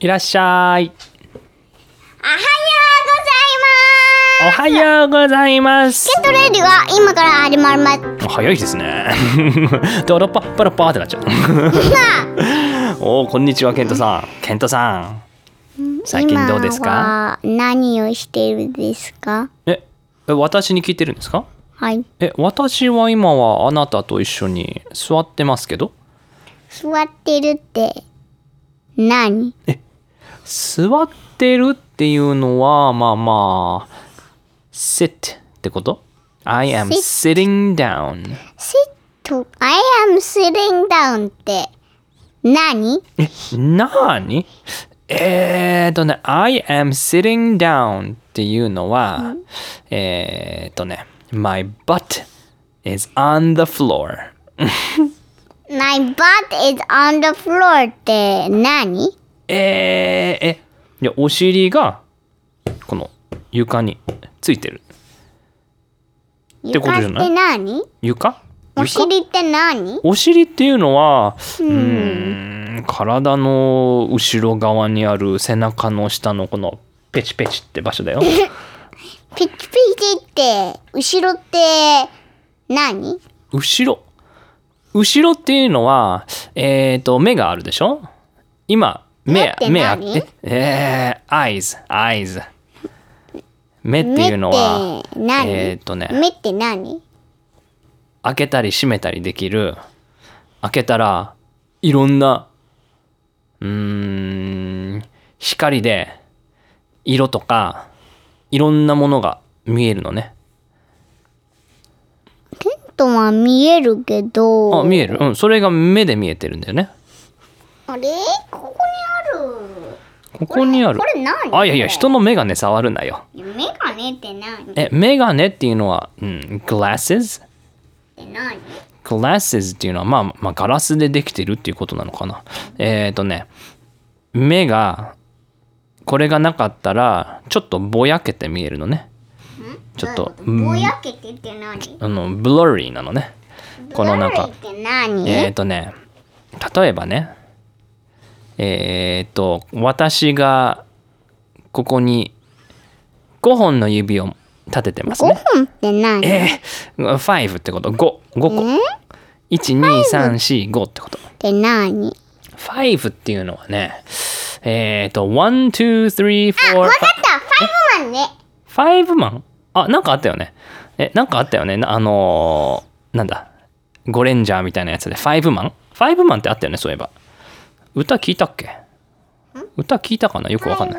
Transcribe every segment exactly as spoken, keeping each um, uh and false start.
いらっしゃい。 おはようございます。 おはようございます。 ケントレディは今から始まります。 早いですね。ドロパッパラパーってなっちゃう。おー、こんにちは、ケントさん。ケントさん。最近どうですか？ 今は何をしているんですか？ え、え私に聞いてるんですか？ はい。 え、私は今はあなたと一緒に座ってますけど。 座ってるって何？ え、座ってるっていうのはまあまあ sit ってこと？ I am sitting down。 sit I am sitting down って何？ え、なーに？えーとね I am sitting down っていうのは、うん、えーとね My butt is on the floor。 My butt is on the floor って何？ えー、え、いやお尻がこの床についてるってことじゃない？ 床って何？ 床？ お尻って何？ お尻っていうのは、うーん、体の後ろ側にある背中の下のこのペチペチって場所だよ。 ペチペチって後ろって何？ 後ろ。後ろっていうのは、えっと目があるでしょ？今目目あってえー、eyes eyes 目っていうのはえっとね目って何？ 開けたり閉めたりできる。開けたらいろんなうーん光で色とかいろんなものが見えるのね。 ケントは見えるけど。 あ、見える。うん、それが目で見えてるんだよね。 あれ？ここにある。 ここにある。 これ、これ何？ あ、いやいや、人の眼鏡触るなよ。 メガネって何？ え、眼鏡っていうのは、うん、glasses？ って何？ glasses っていうのは、まあ、まあ、ガラスでできてるっていうことなのかな。えっとね、目が、これがなかったら、ちょっとぼやけて見えるのね。ちょっと、 ぼやけてって何？ あの、blurry なのね。このなんか、えっとね、例えばね、えっと、私が、ここにごほんの指を立ててますね。 ごほんって何？ えー、ごってこと。ご、ごこ。いち、に、さん、よん、ごってこと。 って何？ ごっていうのはね、えっと、いち、に、さん、よん、 あ、わかった！ごマンね。 ごマン？あ、なんかあったよね。え、なんかあったよね。あのー、なんだ。ゴレンジャーみたいなやつでごマン？ ごマンってあったよね、そういえば。歌聞いたっけ？歌聞いたかな？よくわかんない。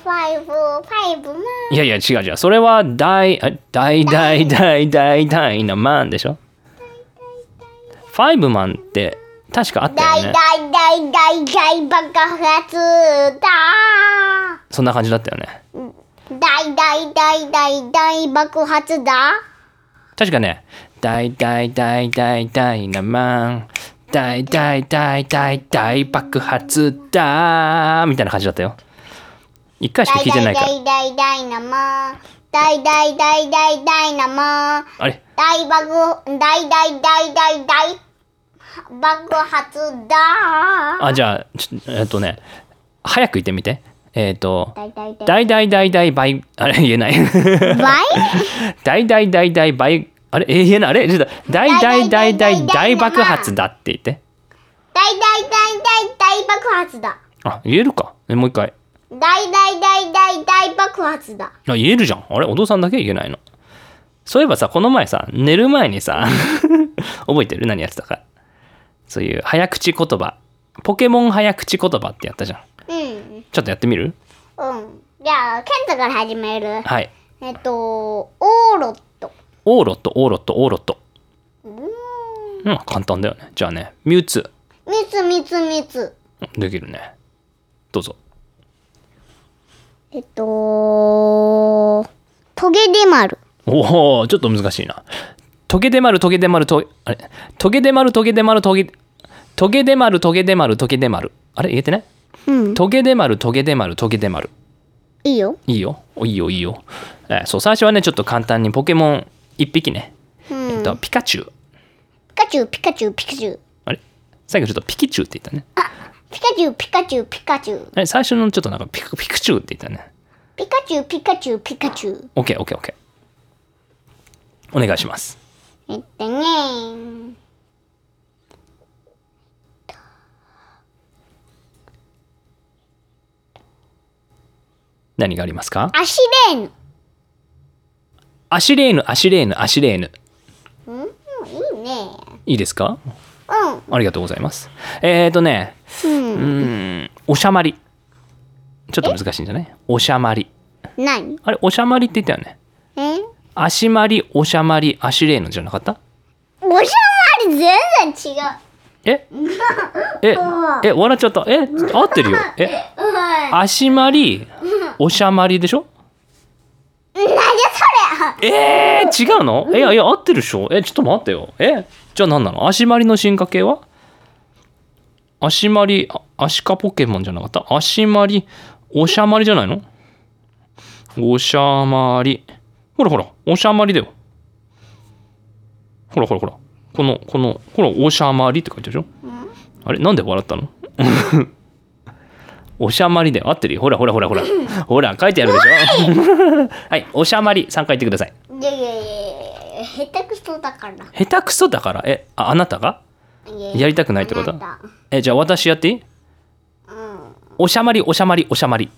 いやいや違う違う。それは大大大大大大なマンでしょ。ファイブマンって確かあったよね。 大大大大大爆発だ。 そんな感じだったよね。 大大大大大爆発だ。 確かね。大大大大大なマン。大大大大大爆発だみたいな感じだったよ。一回しか聞いてないから。 大大大大生大大大大大生あれ大爆大大大大大爆発だ。 あ、じゃあちょえっとね早く言ってみて。えっと大大大大倍あれ言えない。大大大大倍あれえ言えないあれちょっと大大大大大爆発だって言って。 大大大大大爆発だ。 あ、言えるか。え、もう一回。 大大大大大爆発だ。 あ、言えるじゃん。あれお父さんだけ言えないの。そういえばさ、この前さ、寝る前にさ、覚えてる？何やってたか。そういう早口言葉。ポケモン早口言葉ってやったじゃん。 うん。 ちょっとやってみる？ うん。じゃあ、ケントから始める。 はい。 えっと、オーロット。 オーロット、オーロット、オーロット。 うーん。 うん、簡単だよね。じゃあね、ミュウツー。ミツミツミツ。 できるね。どうぞ。 えっと、トゲデマル。 おお、ちょっと難しいな。トゲデマル、トゲデマル、トゲ、あれトゲデマル、トゲデマル、トゲ、トゲデマル、トゲデマル、トゲデマル。あれ言えてね。 うん。 トゲデマル、トゲデマル、トゲデマル。 いいよ。 いいよ。いいよ、いいよ。えー、そう、最初はね、ちょっと簡単にポケモン一匹ね。 うん、 えっと、ピカチュウ。 ピカチュウ、ピカチュウ、ピカチュウ。 あれ最後ちょっとピキチュウって言ったね。 あ、 ピカチュウピカチュウピカチュウ。 え最初のちょっとなんかピクピクチュウって言ったね。 ピカチュウピカチュウピカチュウ。 オッケーオッケーオッケー。お願いします。 えっとね。 何がありますか？ アシレーヌ。 アシレーヌアシレーヌアシレーヌ。 うん、いいね。 いいですか？ うん。 ありがとうございます。えっ、ー、とね、 うん。 うーん、おしゃまり。ちょっと難しいんじゃない？おしゃまり。 何？ あれ、おしゃまりって言ったよね。 え？ 足まり、おしゃまり、アシレーヌじゃなかった？ おしゃまり全然違う。 えええ、笑っちゃった。え、合ってるよ。え、足まり、おしゃまりでしょ？ 何それ？ えー、違うの？いやいや、合ってるでしょ。え、ちょっと待ってよ。え、じゃあ何なの？足まりの進化系は？足まり、アシカポケモンじゃなかった？足まり、おしゃまりじゃないの？おしゃまり。ほらほら、おしゃまりだよ。ほらほらほら。この、この、ほら、おしゃまりって書いてるでしょ？あれなんで笑ったの？おしゃまりだよ。合ってるよ。ほらほらほらほら。ほら、書いてあるでしょ？はい、おしゃまりさんかい言ってください。 いやいやいやいや、下手くそだから。 下手くそだから？え、あ、あなたがやりたくないってこと？え、じゃあ私やっていい？うん。おしゃまり、おしゃまり、おしゃまり。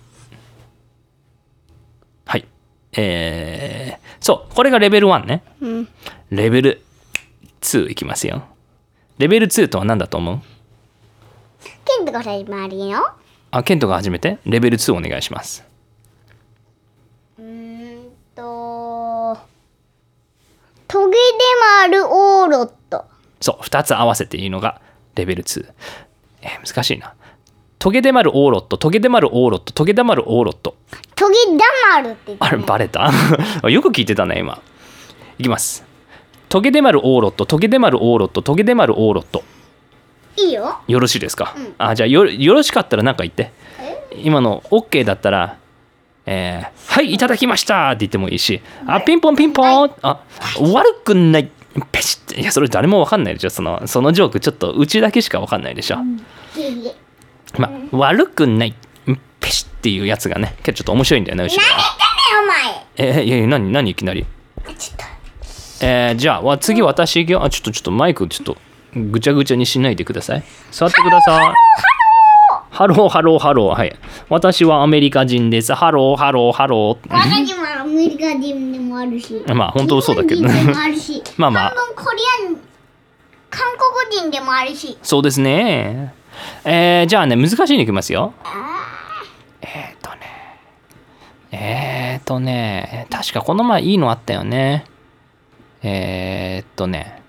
はい。えー、そう、これがレベルワンね。うん。レベルツーいきますよ。レベルツーとは何だと思う？ ケントが始まりよ。 あ、ケントが始めて。レベルツーお願いします。 うーんと、トゲで丸オーロット。 そう、ふたつ合わせていいのがレベルツー。えー、難しいな。トゲで丸オーロット、トゲで丸オーロット、トゲで丸オーロット。 トゲだ丸って言って、ね、 あれ、バレた？よく聞いてたね、今。いきます。トゲで丸オーロット、トゲで丸オーロット、トゲで丸オーロット。 いいよ。 よろしいですか？ うん、 あ、じゃあよ、よろしかったら何か言って。今の OK だったら、えー、はい、いただきましたって言ってもいいし、あ、ピンポンピンポン、はい、あ、悪くない、ペシッ。いや、それ誰も分かんないでしょ。その、そのジョーク、ちょっとうちだけしか分かんないでしょ。うん、ま、悪くない、ペシッっていうやつがね、結構ちょっと面白いんだよね、後ろは。 何言ってんねん、お前。 えー、いやいや、何、何いきなり。 ちょっと。 えー、じゃあ、次私行くよ。あ、ちょっと、ちょっとマイク、ちょっと、ぐちゃぐちゃにしないでください。座ってください。ハローハローハロー。はい。私はアメリカ人です。ハローハローハロー。 私もアメリカ人でもあるし。 まあ本当そうだけどね。まあまあ。 半分コリアン、韓国人でもあるし。 そうですね。えー、じゃあね、難しいのいきますよ。えーとね。えーとね。確かこの前いいのあったよね。えーっとね。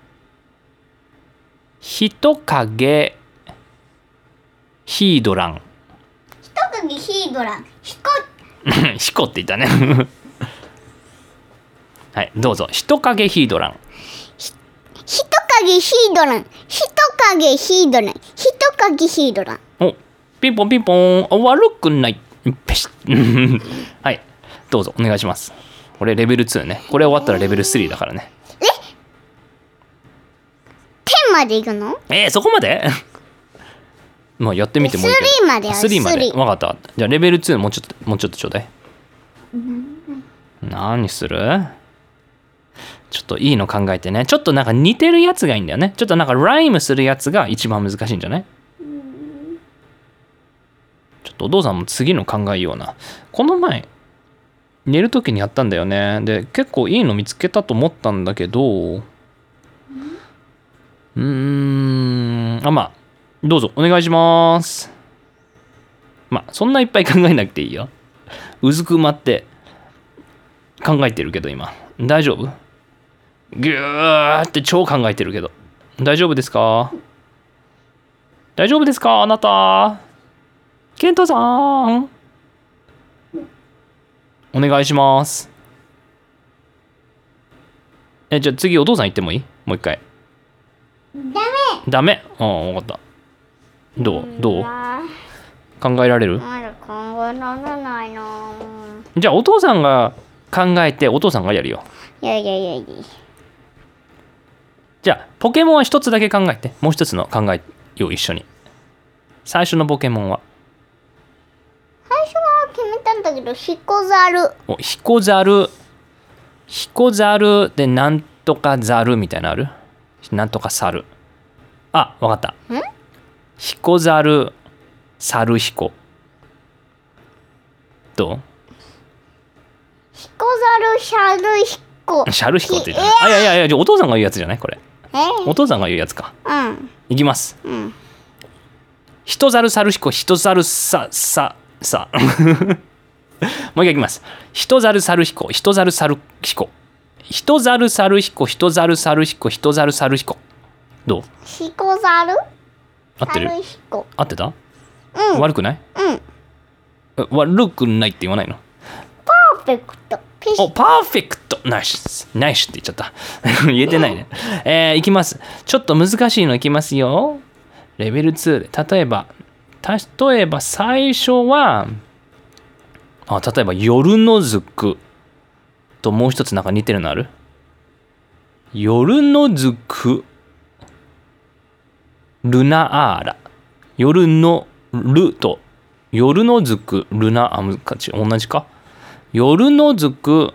人影ヒードラン。 人影ヒードラン。ヒコ。 ヒコって言ったね。はい、どうぞ。人影ヒードラン。 人影ヒードラン。人影ヒードラン。人影ヒードラン。 お、ピンポンピンポン。悪くない。ペシッ。はい、どうぞお願いします。これレベルツーね。これ終わったらレベルスリーだからね。 え？テンまでいくの？ えー、そこまで？まあやってみてもいいけど。 スリーまである。 スリーまで。分かった。じゃあレベルツーもうちょっともうちょっとちょうだい。何する？ちょっといいの考えてね。ちょっとなんか似てるやつがいいんだよね。ちょっとなんかライムするやつが一番難しいんじゃない？ちょっとお父さんも次の考えような。この前寝る時にやったんだよね。で結構いいの見つけたと思ったんだけど、うーん、あ、まあどうぞお願いします。まあそんないっぱい考えなくていいよ。うずくまって考えてるけど今大丈夫？ギューって超考えてるけど大丈夫ですか？大丈夫ですかあなた？ケントさんお願いします。え、じゃあ次お父さん言ってもいい？もう一回。 ダメ。 ダメ？ああ、分かった。どう？どう？考えられる？ まだ考えられないな。 じゃあお父さんが考えてお父さんがやるよ。 いやいやいやいや。 じゃあポケモンは一つだけ考えて、もう一つの考えよう一緒に。 最初のポケモンは。 最初は決めたんだけど、ヒコザル。 お、ヒコザル。ヒコザルでなんとかザルみたいなのある？なんとかサル。あ、わかった。 ん？ ヒコザル、サルヒコ。どう？ ヒコザル、シャルヒコ。 シャルヒコって言ったね。あ、いやいやいや、じゃあお父さんが言うやつじゃないこれ。 えお父さんが言うやつか。 うん。 いきます。 うん。 ヒトザルサルヒコ、ヒトザルサササ。もう一回いきます。ヒトザルサルヒコ、ヒトザルサルヒコ。ヒトザルサルヒコ、ヒトザルサルヒコ、ヒトザルサルヒコ。どう？ ヒコザル？ 合ってる？ サルヒコ。 合ってた？ うん。 悪くない？ うん。 悪くないって言わないの？ パーフェクト。ピシお、パーフェクト。ナイス。ナイスって言っちゃった。言えてないね。えー、いきます。ちょっと難しいのいきますよ。レベルツーで。例えば、例えば最初は、あ、例えば夜のずくともう一つなんか似てるのある？夜のずく、ルナアーラ。夜のルと、夜のずく、ルナ、あ、難しい。同じか？夜のずく、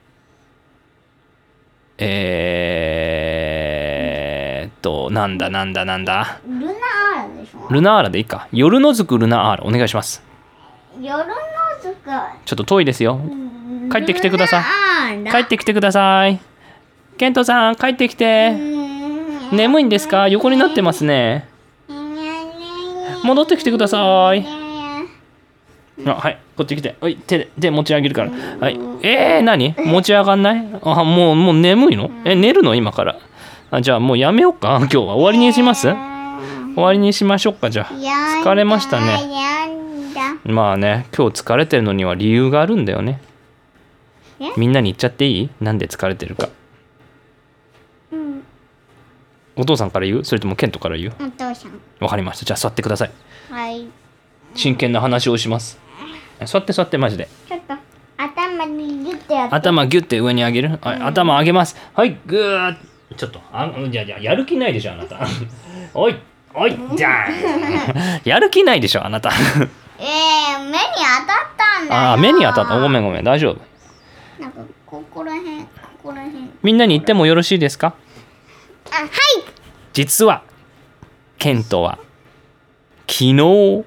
えーっと、なんだなんだなんだ。 ルナアーラでしょ？ ルナアーラでいいか。夜のずくルナアーラお願いします。 夜のずく。 ちょっと遠いですよ。帰ってきてください。帰ってきてください。ケントさん帰ってきて。眠いんですか？横になってますね。戻ってきてください。あ、はい、こっち来て。はい、手で手持ち上げるから。はい。えー、何？持ち上がんない？あ、もうもう眠いの？え、寝るの今から。あ、じゃあもうやめようか。今日は終わりにします？終わりにしましょうか。じゃあ疲れましたね。まあね、今日疲れてるのには理由があるんだよね。みんなに言っちゃっていい？なんで疲れてるか。 うん、 お父さんから言う？それともケントから言う？ お父さん。 わかりました。じゃあ座ってください。 はい。 真剣な話をします。座って座ってマジで。 ちょっと頭にギュッてやって。 頭ギュッて上に上げる？はい、頭上げます。はい、グー。ちょっとあ、じゃあじゃあやる気ないでしょあなた。おいおいじゃーん。やる気ないでしょあなた。 えー、目に当たったんだよ。 ああ、目に当たった。ごめんごめん、大丈夫。 なんかここら辺、ここら辺。 みんなに言ってもよろしいですか？ あ、はい。 実はケントは昨日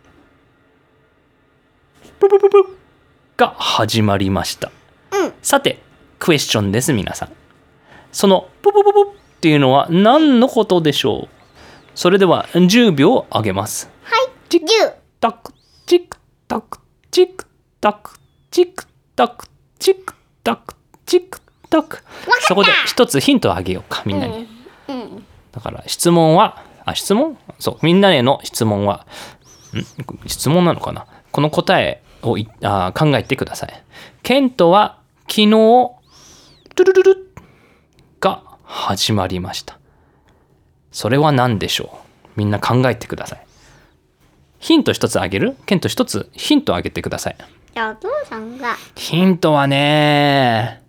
ププププが始まりました。 うん。 さてクエスチョンです皆さん。そのププププっていうのは何のことでしょう？それではじゅうびょうあげます。 はい。じゅう。 タクチクタクチクタクチクタクチクタクチクタク。そこで一つヒントをあげようかみんなに。 うん。うん、 だから質問はあ質問そうみんなへの質問はん質問なのかな。この答えをいあ考えてください。ケントは昨日トゥルルルが始まりました。それは何でしょう？みんな考えてください。ヒント一つあげる？ケント一つヒントあげてください。 じゃあお父さんが。 ヒントはね、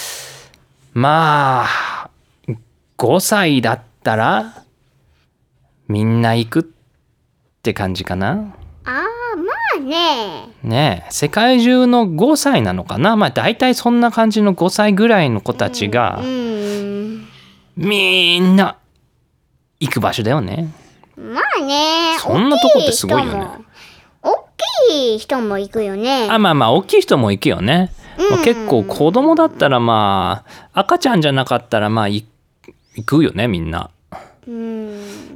まあごさいだったらみんな行くって感じかな。 ああ、まあね。 ねえ、世界中のごさいなのかな。まあ大体そんな感じのごさいぐらいの子たちが、 うんうん、 みんな行く場所だよね。 まあね。 そんなとこってすごいよね。 大きい人も行くよね。 あ、まあまあ大きい人も行くよね。うんうん、結構子供だったらまあ赤ちゃんじゃなかったらまあ行くよねみんな。 うん、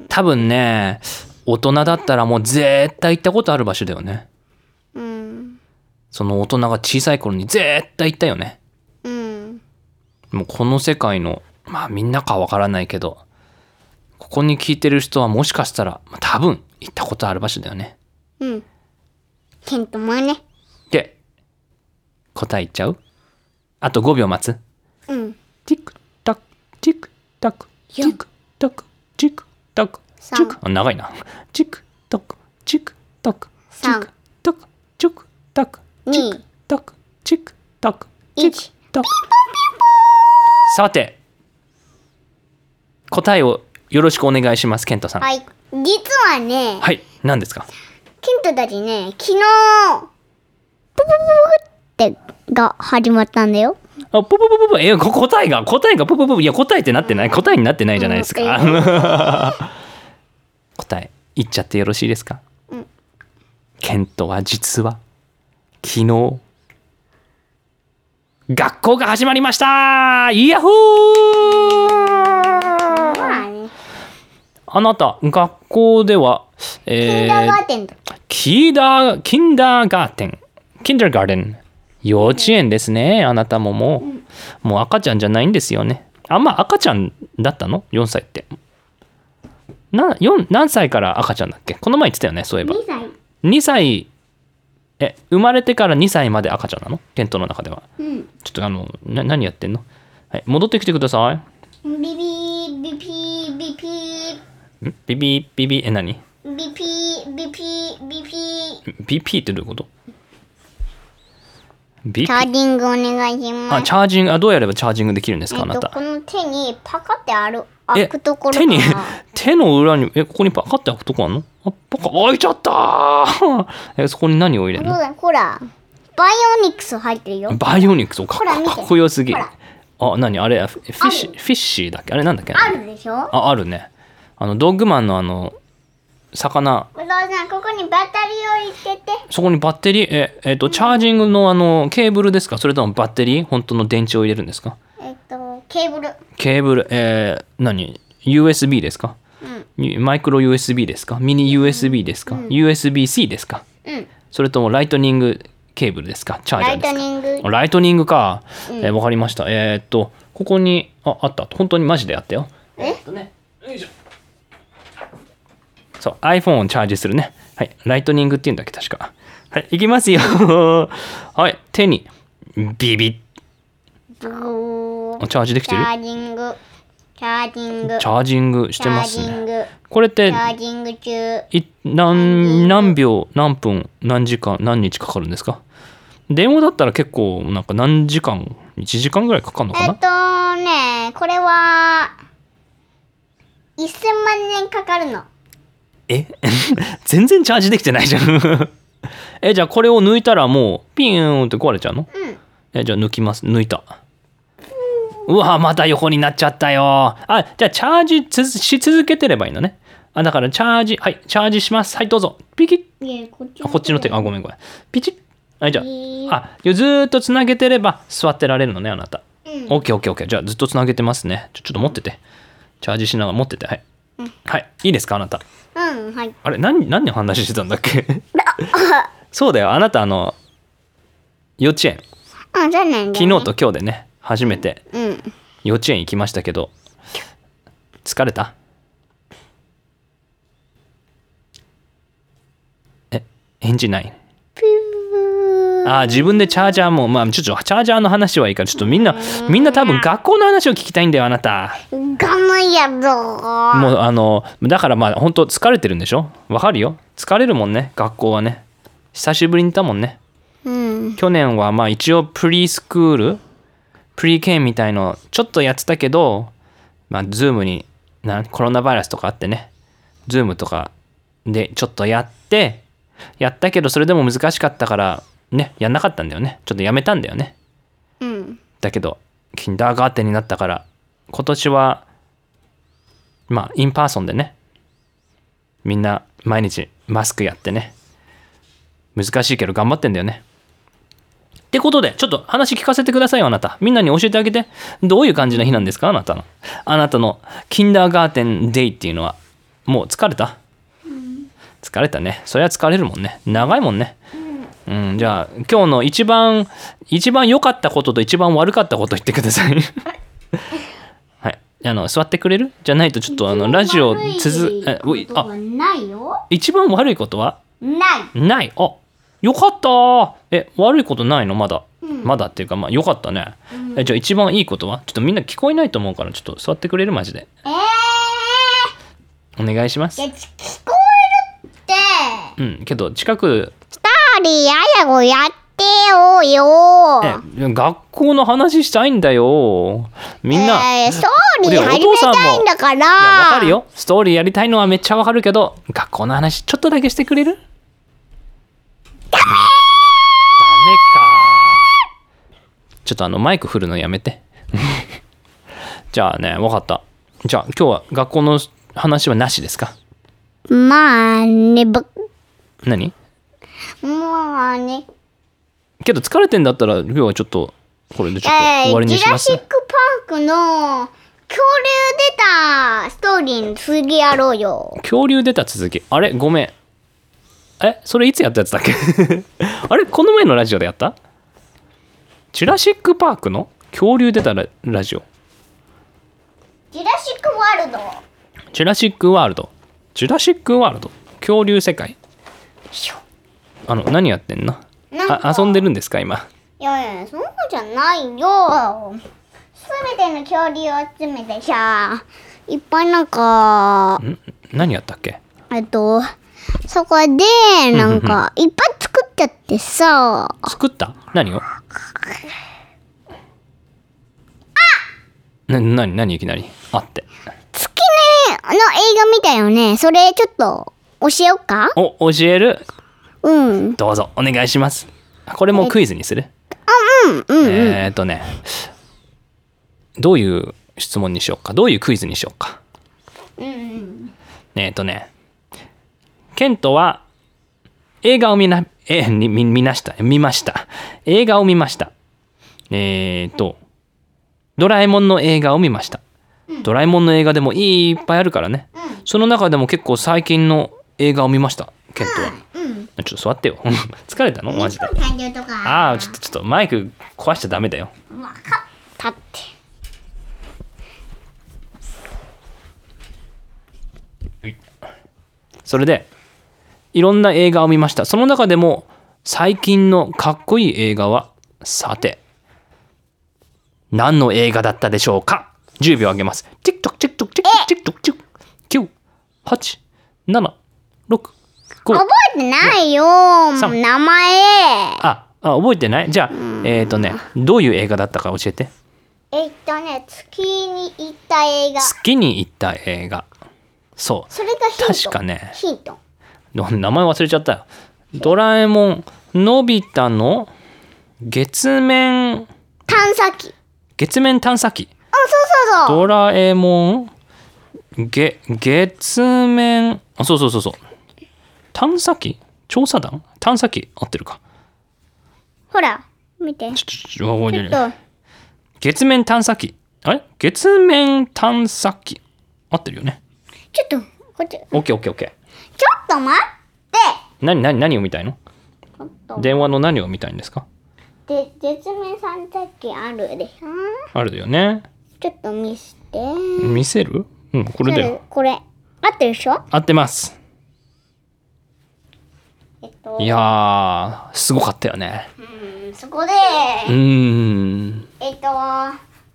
多分ね大人だったらもう絶対行ったことある場所だよね。 うん、 その大人が小さい頃に絶対行ったよね。 うん、 もうこの世界のまあみんなかわからないけどここに聞いてる人はもしかしたら多分行ったことある場所だよね。 うん。ケントもね。 で答え言っちゃう？あとごびょう待つ？ うん。 ティクタクティクタクティクタクチクタクチク。あ、長いな。チクタクチクタクチクタクチクタクチクタクチクタクチクタク。さて答えをよろしくお願いしますケントさん。 はい。実はね。 はい。 何ですか？ ケントたちね、昨日、ププププってが始まったんだよ。 あ、プププププ、え、こ答えが、答えがププププ、いや、答えってなってない、答えになってないじゃないですか。 うんえ答え、言っちゃってよろしいですか？ うん。 ケントは実は、昨日、学校が始まりました。イヤホー。 まあね。 あなた、学校では、えキンダーガーテンと。 キーダー、キンダーガーテン。キンダーガーデン。幼稚園ですね。あなたももう、うん、もう赤ちゃんじゃないんですよね。あ、まあ赤ちゃんだったの ?よん 歳って。な、よん、何歳から赤ちゃんだっけ？この前言ってたよね、そういえば。 にさい。 にさい、え、生まれてからにさいまで赤ちゃんなの？ケントの中では。 うん。 ちょっとあの、な、何やってんの？はい、戻ってきてください。 ビビー、ビピー、ビピー。 ビビー、ビビー、え、何？ ビピー、ビピー、ビピー。 ビピーってどういうこと？ チャージングお願いします。 あ、チャージング、あ、どうやればチャージングできるんですか、あなた。 この手にパカってある、開くところかな。手に、手の裏に、え、ここにパカって開くとこあるの？あ、パカ、開いちゃったーえ、そこに何を入れるの？ そうだ、ほら、バイオニクス入ってるよ。 バイオニクス、かっこよすぎる。あ、何あれ、フィッシュ、フィッシーだっけ？あれなんだっけ？ あるでしょ？ あ、あるね。あの、ドッグマンのあの、魚。 お父さん、ここにバッテリーを入れて。 そこにバッテリー、え、えっと、チャージングのあの、ケーブルですか？それともバッテリー？本当の電池を入れるんですか？ えっと、ケーブル。 ケーブル、えー、何？ ユーエスビー ですか？うん。マイクロ ユーエスビー ですか？ミニ ユーエスビー ですか？うん、ユーエスビーシー ですか？うん。それともライトニングケーブルですか？チャージャーですか？ライトニング。ライトニングか。うん、えー、わかりました。えー、っと、ここに、あ、あった。本当にマジであったよ。えっとね、よいしょ。そう、iPhone をチャージするね。はい。ライトニングって言うんだっけ、確か。はい。いきますよ。はい。手に、ビビッ。チャージできてる？ チャージング。チャージング。 チャージングしてますね。これって、 チャージング中。 い何、何秒、何分、何時間、何日かかるんですか？電話だったら結構、なんか何時間、いちじかんぐらいかかるのかな？ えっとね、これは、せんまんねんかかるの。 え全然チャージできてないじゃんえ、じゃあこれを抜いたらもうピーンって壊れちゃうの？うん。え、じゃあ抜きます。抜いた。うわ、また横になっちゃったよ。あ、じゃあチャージつし続けてればいいのね。あ、だからチャージ、はい、チャージします。はい、どうぞ。ピキッ。こっちあ、こっちの手、あ、ごめんごめん。ピチッ。はい、じゃあ、あ、ずーっとつなげてれば座ってられるのね、あなた。うん。オッケーオッケーオッケー。じゃあずっとつなげてますね。ちょ、ちょっと持ってて。チャージしながら持ってて。はい。うん、はい、いいですか、あなた。 うん、はい。 あれ、何、何の話してたんだっけそうだよ、あなた、あの、幼稚園。 あ、そうなんだ、ね。 昨日と今日でね、初めて、幼稚園行きましたけど、疲れた？え、返事ない？あ、自分でチャージャーも、まあ、ちょっとチャージャーの話はいいから、ちょっとみんな、みんな多分学校の話を聞きたいんだよ、あなた。 我慢やぞ。 もう、あの、だからまあ、本当疲れてるんでしょ？わかるよ。疲れるもんね、学校はね。久しぶりにいたもんね。うん。去年はまあ、一応、プリスクール、プリケンみたいの、ちょっとやってたけど、まあ、ズームにな、コロナバイラスとかあってね、ズームとかでちょっとやって、やったけど、それでも難しかったから、ね、やんなかったんだよね。ちょっとやめたんだよね。うん。だけど、キンダーガーテンになったから、今年は、まあ、インパーソンでね、みんな毎日マスクやってね、難しいけど頑張ってんだよね。ってことで、ちょっと話聞かせてくださいよ、あなた。みんなに教えてあげて。どういう感じの日なんですか、あなたの。あなたのキンダーガーテンデイっていうのは、もう疲れた？うん、疲れたね。そりゃ疲れるもんね。長いもんね。うん、じゃあ今日の一番一番良かったことと一番悪かったこと言ってくださいはい、あの座ってくれる？じゃないとちょっとあのラジオ続えういあないよ。 一番悪いことはないないあよかったえ悪いことないのまだ、うん、まだっていうかまあよかったね、うん、えじゃあ一番いいことはちょっとみんな聞こえないと思うからちょっと座ってくれるマジでえー、お願いします。 聞こえるってうんけど近くスターリーあやごやっててよよ。 え、学校の話したいんだよ。みんな、 えー、ストーリー始めたいんだから。いや、 わかるよ。ストーリーやりたいのはめっちゃわかるけど、学校の話ちょっとだけしてくれる？ダメ。ダメか。ちょっとあのマイク振るのやめて。じゃあね、わかった。じゃあ今日は学校の話はなしですか？ まあね、ば、 何？ まあね。 けど疲れてんだったら今日はちょっとこれでちょっと終わりにします。 ジュラシックパークの恐竜出たストーリーの続きやろうよ。 恐竜出た続き。あれごめん。えそれいつやったやつだっけ？あれこの前のラジオでやった？ジュラシックパークの恐竜出た ラ, ラジオ。 ジュラシックワールド。 ジュラシックワールド。ジュラシックワールド。恐竜世界。あの何やってんの？あ、遊んでるんですか今？ いやいや、そうじゃないよ。すべての恐竜を集めてさ、いっぱいなんか、 ん何やったっけ？ えっと、そこでなんかいっぱい作っちゃってさ。 作った？何を？な、なになにいきなりあって月ねの映画見たよね。それちょっと教えようか？ お、教える？ うん。 どうぞお願いします。これもクイズにする？ あ、うんうん、うん、 えーっとねどういう質問にしようか。どういうクイズにしようか。 うんうん、 えーっとねケントは映画を見な、えー、見見ました見ました映画を見ましたえーっとドラえもんの映画を見ました、うん、ドラえもんの映画でもいっぱいあるからね、うん、その中でも結構最近の映画を見ましたケントは、うん、ちょっと座ってよ疲れたのマジで。ああちょっとちょっとマイク壊しちゃダメだよ。 分かったって。 それでいろんな映画を見ました。その中でも最近のかっこいい映画はさて何の映画だったでしょうか。じゅうびょうあげます。チックトクチックトクチックトクチックトクチックきゅう、はち、なな、ろく、ご。 覚えてないよ名前。 あ、あ、覚えてない？じゃあ、えっとね、どういう映画だったか教えて。 えっとね、月に行った映画。 月に行った映画。そう。 それがヒント。 確かね。 ヒント。 名前忘れちゃったよ。ドラえもん、のび太の月面探査機。 月面探査機。 あ、そうそうそう。 ドラえもん、げ、月面、あ、そうそうそうそう。探査機？調査団？探査機合ってるか。 ほら、見て。 ちょっと、ちょっと、月面探査機。あれ？月面探査機。合ってるよね。 ちょっと、こっち。 オッケーオッケーオッケー。 ちょっと待って。 何、何、何を見たいの？電話の何を見たいんですか？ で、月面探査機あるでしょ？ あるよね。 ちょっと見せて。 見せる？うん、これだよ。 これ、合ってるでしょ？ 合ってます。 えっと、 いやー、すごかったよね。 うん、そこで、 うーん。 えっと、始まる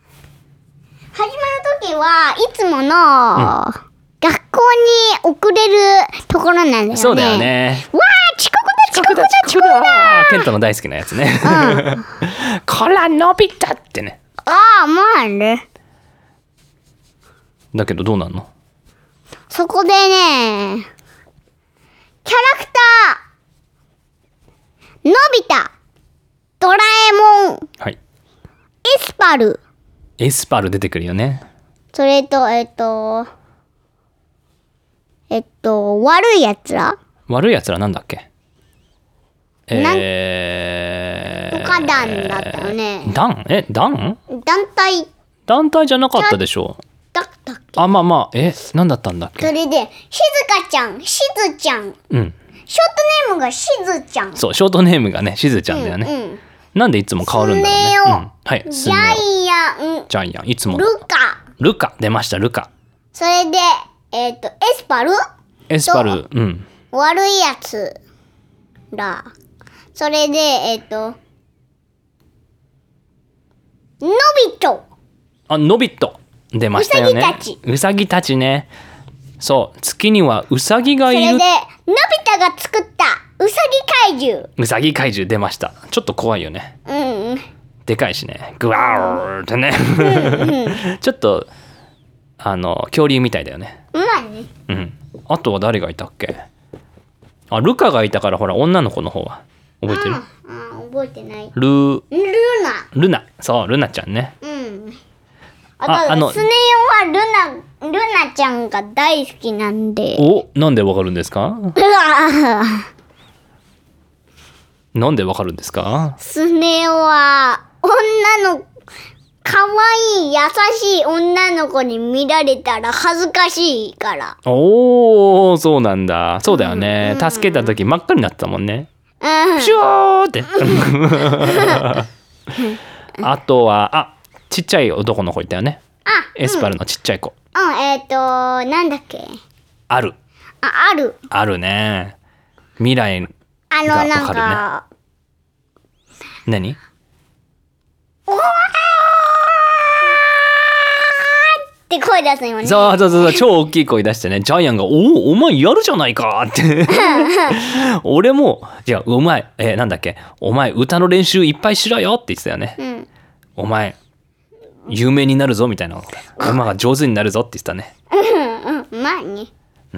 ときはいつもの、うん、学校に遅れるところなんだよね。 そうだよね。 わー、遅刻だ、遅刻だ、遅刻だ。 ケントの大好きなやつね。 うん、 こら、のび太ってね。 ああ、まあね。 だけどどうなんの？ そこでね、キャラクター、のび太、ドラえもん、 はい、 エスパル。 エスパル出てくるよね。 それと、えっと、えっと、悪いやつら？ 悪いやつらなんだっけ？えー、 とか団だったよね。 団？え、団？ 団体。 団体じゃなかったでしょ。 だったっけ？ あ、まあまあ、え、なんだったんだっけ？ それで、しずかちゃん、しずちゃん。 うん。 ショートネームがしずちゃん。 そう、ショートネームがね、しずちゃんだよね。うんうん、なんでいつも変わるんだろうね。 スネ夫、うん、 はい、 ジャイアン。 ジャイアン、いつも。 ルカ。 ルカ、出ました、ルカ。 それで、えっと、エスパル？ エスパル、うん。 悪いやつら。それで、えっと、のびと。 あ、のびと。出ましたよね。 うさぎたち。 うさぎたちね。そう、月にはうさぎがいる。 それで、のび太が作ったううさぎ怪獣。 うさぎ怪獣出ました。ちょっと怖いよね。 うん。 でかいしね。グワーってね。ちょっとあの恐竜みたいだよね。 まあね。 うん。あとは誰がいたっけ？あ、ルカがいたから、ほら女の子の方は覚えてる？ ああ、覚えてない。 ルルナ。 ルナ、そうルナちゃんね。 うん。 あああのとスネ夫はルナルナちゃんが大好きなんで。 お、なんでわかるんですか？ うわなんでわかるんですか？ スネ夫は女の可愛い優しい女の子に見られたら恥ずかしいから。 おー、そうなんだ。そうだよね。 うん助けた時真っ赤になってたもんね。 うん。 プシューって。あとは、あ、ちっちゃい男の子いたよね。 あ、 エスパルのちっちゃい子。 うん、えっ、ー、となんだっけ。 ある。 あ、ある。 あるね。未来あのがなんわかるね。 か。 何？ おーって声出すよね。 そうそうそう、超大きい声出してね、ジャイアンが「おお、お前やるじゃないか」って俺も「じゃあお前、えー、なんだっけ、お前歌の練習いっぱいしろよ」って言ってたよね。 うん、 お前有名になるぞみたいな、お前が上手になるぞって言ってたね。 うんうん、まあね。 うん。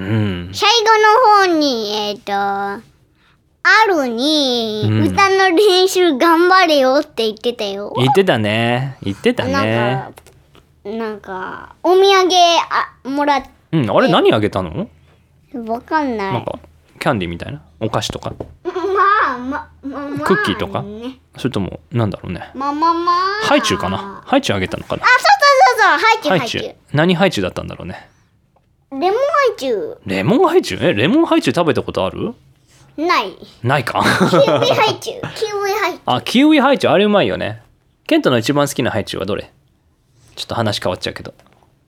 最後の方にえっ、ー、とあるに、 うん、 歌の練習頑張れよって言ってたよ。 言ってたね。言ってたね。 なんかなんかお土産あもらって。 うん、あれ何あげたの？ わかんない。 なんかキャンディーみたいなお菓子とか。 まあまままあ、 クッキーとか、 ね、 それともなんだろうね。 まあまあまあ。 ハイチュウかな。ハイチュウあげたのかな。 あ、そうそうそうそう、ハイチュウハイチュウ。 何ハイチュウだったんだろうね。 レモンハイチュウ。 レモンハイチュウ？え、レモンハイチュウ食べたことある？ ない。 ないか。 キウイハイチュウ。キウイハイチュウ。 あ、キウイハイチュウあれうまいよね。ケントの一番好きなハイチュウはどれ？ちょっと話変わっちゃうけど。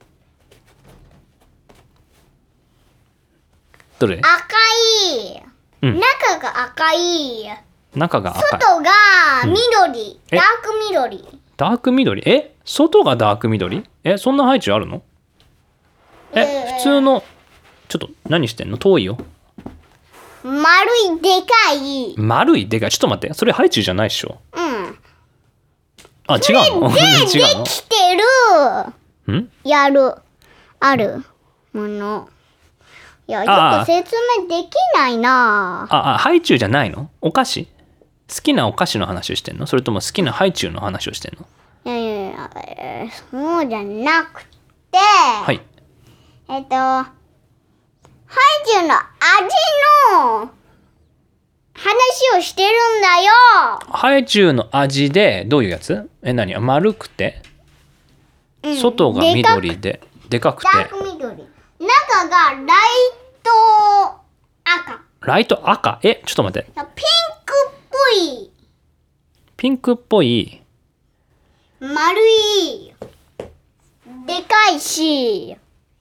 どれ？ 赤い、うん、中が赤い、 中が赤い、 外が緑、うん、ダーク緑。 ダーク緑？え、外がダーク緑？え、そんなハイチュウあるの？え、えー、普通の、ちょっと何してんの？遠いよ。 丸いでかい。 丸いでかい。ちょっと待って、それハイチュウじゃないっしょ。 うん。 あ、違うの？ で、できてる。 ん？ やる。あるもの。いや、よく説明できないなあ。あ、ハイチュウじゃないの？お菓子？好きなお菓子の話をしてんの？それとも好きなハイチュウの話をしてんの？ いやいやいや、えー、そうじゃなくて、 はい。 えっと、ハイチュウの味の話をしてるんだよ。 ハイチュウの味でどういうやつ？え、何？丸くて、うん、外が緑ででかくて、 ダーク緑、中がライト赤。 ライト赤？え、ちょっと待って。 ピンクっぽい。 ピンクっぽい。 丸い。でかいし。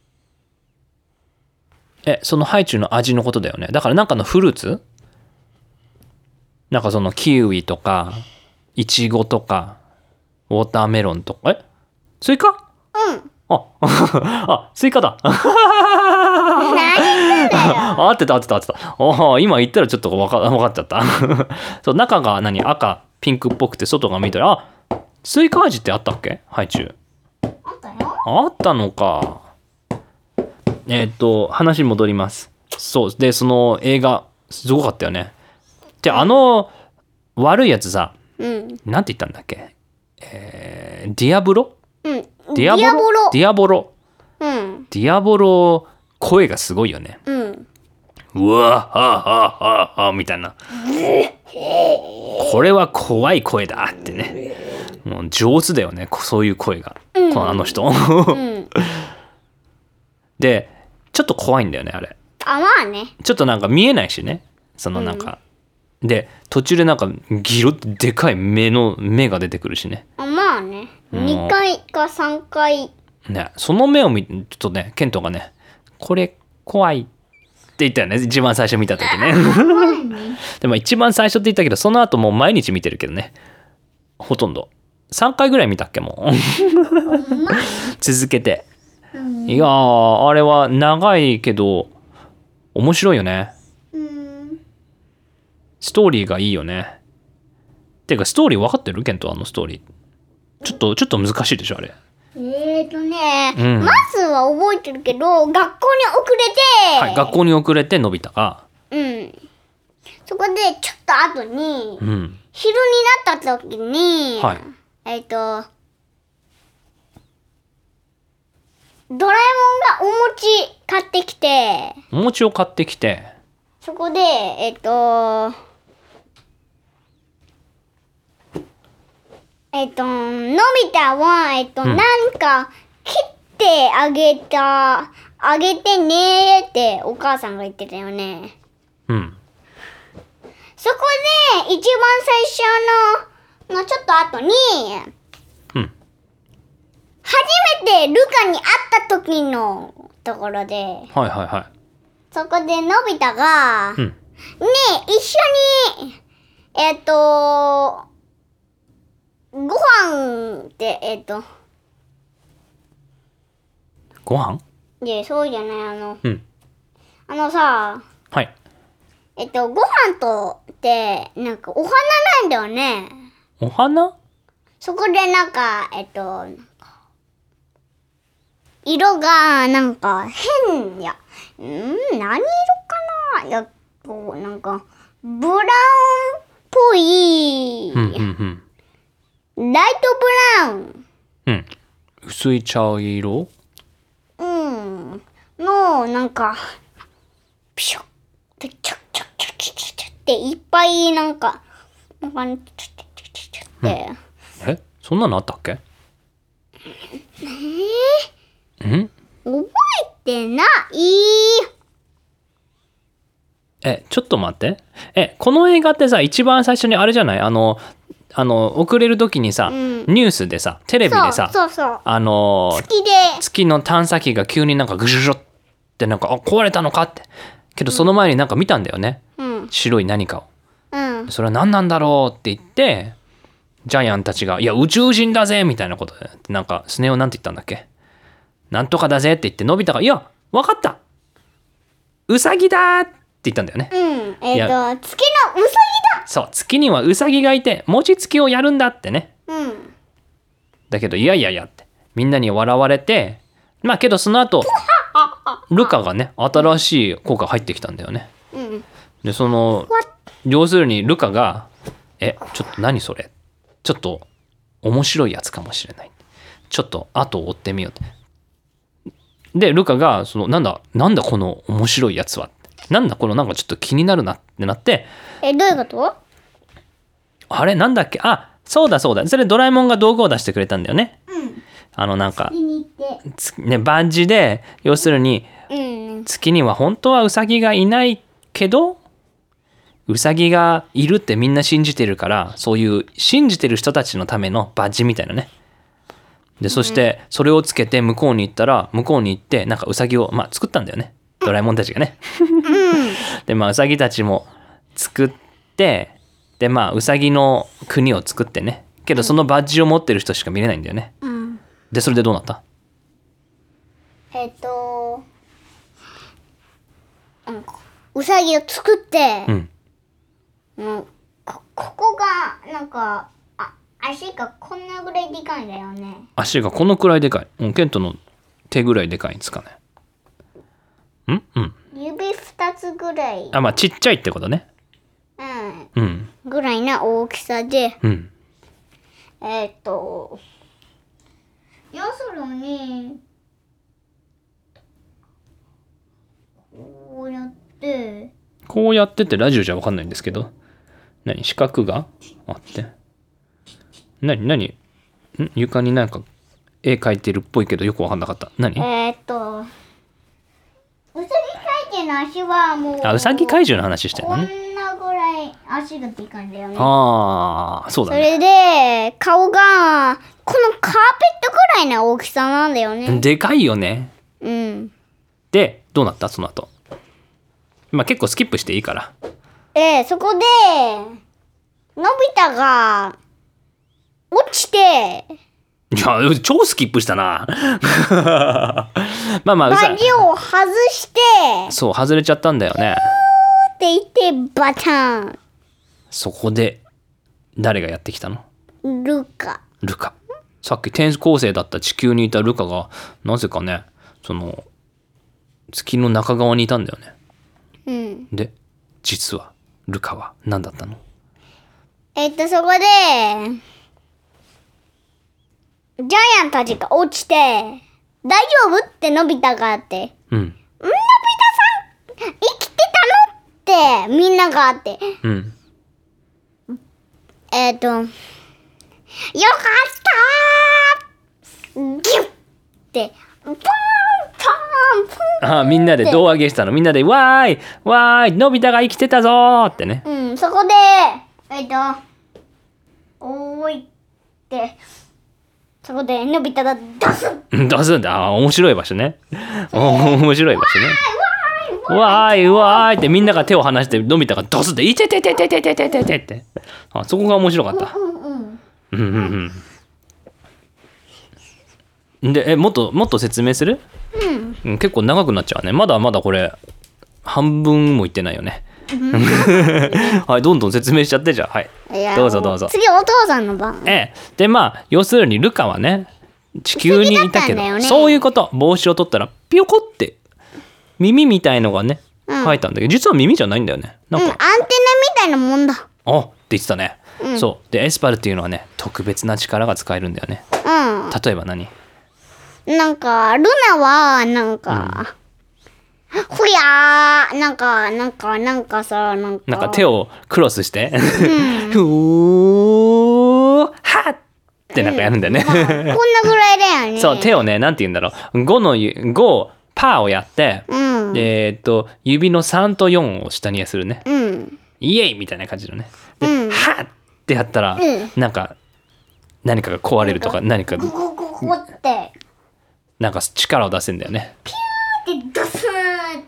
え、そのハイチュウの味のことだよね。だからなんかのフルーツ？なんかそのキウイとかイチゴとかウォーターメロンとか、え、スイカ？ うん。 あ、あ、スイカだ。 何言ってんだよ。 合ってた合ってた合ってた。あ、今言ったらちょっと分か、分かっちゃった。そう、中が何？赤、ピンクっぽくて外が緑。あ、スイカ味ってあったっけ？ハイチュウ。 あったよ。 あったのか。えー、っと話戻ります。そうで、その映画すごかったよね。で、あの悪いやつさ、うん、なんて言ったんだっけ？えー、ディアブロ？ うん、 ディアボロ？ディアボロ。 うん。 ディアボロ、声がすごいよね。 うん。 うわははははみたいな。これは怖い声だってね。もう上手だよね、そういう声が。うん、このあの人。うん、で、ちょっと怖いんだよね、あれ。 あ、まあね。ちょっとなんか見えないしね。そのなんか、うん、で途中でなんかギロッでかい目の目が出てくるしね。 あ、まあね。にかいかさんかいね、その目を見ちょっとね、ケントがね、これ怖いって言ったよね、一番最初見た時ね。でも一番最初って言ったけど、その後もう毎日見てるけどね、ほとんどさんかいぐらい見たっけも続けて。いやー、あれは長いけど面白いよね。 ストーリーがいいよね。てかストーリー分かってるケント？あのストーリーちょっとちょっと難しいでしょあれ。 えーとね、 うん、 まずは覚えてるけど学校に遅れて、 はい、学校に遅れてのび太が、 うん、そこでちょっと後に、 うん、 昼になった時に、 はい、 えっとドラえもんがお餅買ってきて、 お餅を買ってきて、 そこでえっとえっとのび太はえっと、うん、なんか切ってあげたあげてねーってお母さんが言ってたよね。 うん。 そこで一番最初ののちょっと後に、 うん、 初めてルカに会った時のところで、はいはいはい。 そこでのび太が、うん、ねえ一緒にえっとご飯ってえっとご飯？ いやそうじゃないあの、 うん、 あのさ、 はい。 えっとご飯とってなんかお花なんだよね。 お花？ そこでなんかえっと色がなんか変や、んー何色かな、やこうなんかブラウンっぽい、 うんうんうん、ライトブラウン、 うん、薄い茶色、 うんのなんかピシュッてチャッチャッチャッチャッチャッっていっぱいなんかなんかチャッチャッチャッチャッって、 うん、えそんなのあったっけ？ えー、 ん？ 覚えてない。 え、ちょっと待って。え、この映画ってさ、一番最初にあれじゃない？あの、あの遅れる時にさ、うん、ニュースでさ、テレビでさ、 そうそうそう、 あの月で月の探査機が急になんかグシュシュってなんかあ壊れたのかって。けどその前になんか見たんだよね。うん、白い何かを。うん、それは何なんだろうって言って、ジャイアンたちがいや宇宙人だぜみたいなことで、なんかスネ夫なんて言ったんだっけ？なんとかだぜって言ってのび太がいやわかった。ウサギだって言ったんだよね。 うん。えっと月のウサギだ。 そう月にはウサギがいて餅つきをやるんだってね。 うん。 だけどいやいやいやってみんなに笑われて、まあけどその後ルカがね新しい子が入ってきたんだよね。うん。でその要するにルカがえちょっと何それちょっと面白いやつかもしれない。ちょっと後を追ってみようって。でルカがそのなんだなんだこの面白いやつはなんだこのなんかちょっと気になるなってなって、 えどういうこと？ あれなんだっけ、あそうだそうだ、それドラえもんが道具を出してくれたんだよね。 うん、 あのなんかねバッジで要するに、うん、月には本当はウサギがいないけどウサギがいるってみんな信じてるから、そういう信じてる人たちのためのバッジみたいなね。でそしてそれをつけて向こうに行ったら向こうに行ってなんかウサギをまあ作ったんだよねドラえもんたちがね。でまあウサギたちも作ってでまあウサギの国を作ってね、けどそのバッジを持ってる人しか見れないんだよね。うん、でそれでどうなった？ えっとウサギを作って、うん、もう こ, ここがなんか足がこんなぐらいでかいんだよね。 足がこのくらいでかい、うん、ケントの手ぐらいでかいんですかね。んうん指ふたつぐらい、 あまあちっちゃいってことね。 うん、うん、ぐらいな大きさで、うん、えー、っと要するにこうやってこうやってってラジオじゃ分かんないんですけど、何四角があって何何ん床になんか絵描いてるっぽいけどよく分かんなかった。何？ えー、っとうさぎ怪獣の足はもうあうさぎ怪獣の話してるのね。 こんなぐらい足がでかいんだよね。 ああそうだね。 それで顔がこのカーペットぐらいの大きさなんだよね。 でかいよね。 うん。 でどうなったその後？まあ結構スキップしていいから。 えー、そこでのび太が落ちて。 いや超スキップしたな。まあまあバッジを外してそう外れちゃったんだよね。 って言ってバタン。 そこで誰がやってきたの？ ルカ。 ルカ。さっき転校生だった地球にいたルカがなぜかね、その月の中側にいたんだよね。 うん。 で実はルカは何だったの？ えっとそこでジャイアンたちが落ちて大丈夫ってのび太があって、 うん。 のび太さん生きてたのってみんながあって、 うん。 えっとよかったーギュッてポーンポーンポーンあ、みんなで胴上げしたの。みんなでわーいわーいのび太が生きてたぞーってね。 うん、そこでえっとおーいってそこでのび太が出す出すんだ。あ、面白い場所ね。面白い場所ね。わーいわーいってみんなが手を離してのび太がドスっていてててててててててってあ、そこが面白かった。 うんうんうんうんうん。で、え、もっともっと説明する？うん、結構長くなっちゃうね。まだまだこれ半分もいってないよね。はい、どんどん説明しちゃってじゃあ、はい、どうぞどうぞ。 次お父さんの番。 ええ、でまあ要するにルカはね地球にいたけど、ね、そういうこと。帽子を取ったらピョコって耳みたいのがね生えたんだけど、実は耳じゃないんだよね。なんか、 うん、アンテナみたいなもんだ。 あって言ってたね、 うん、 そうでエスパルっていうのはね特別な力が使えるんだよね。 うん、 例えば何？ なんかルナはなんか、うん、ほりゃーなんかなんかなんかさなんかなんか手をクロスして、うん、ふーはっってなんかやるんだよね、うんまあ、こんなぐらいだよね。 そう手をねなんて言うんだろうごのごパーをやって、うん、えー、っと指のさんとよんを下にするね、うん、イエイみたいな感じのねで、うん、はっってやったら、うん、なんか何かが壊れるとか何かゴゴゴゴってなんか力を出せんだよね。 ピューってドスーって。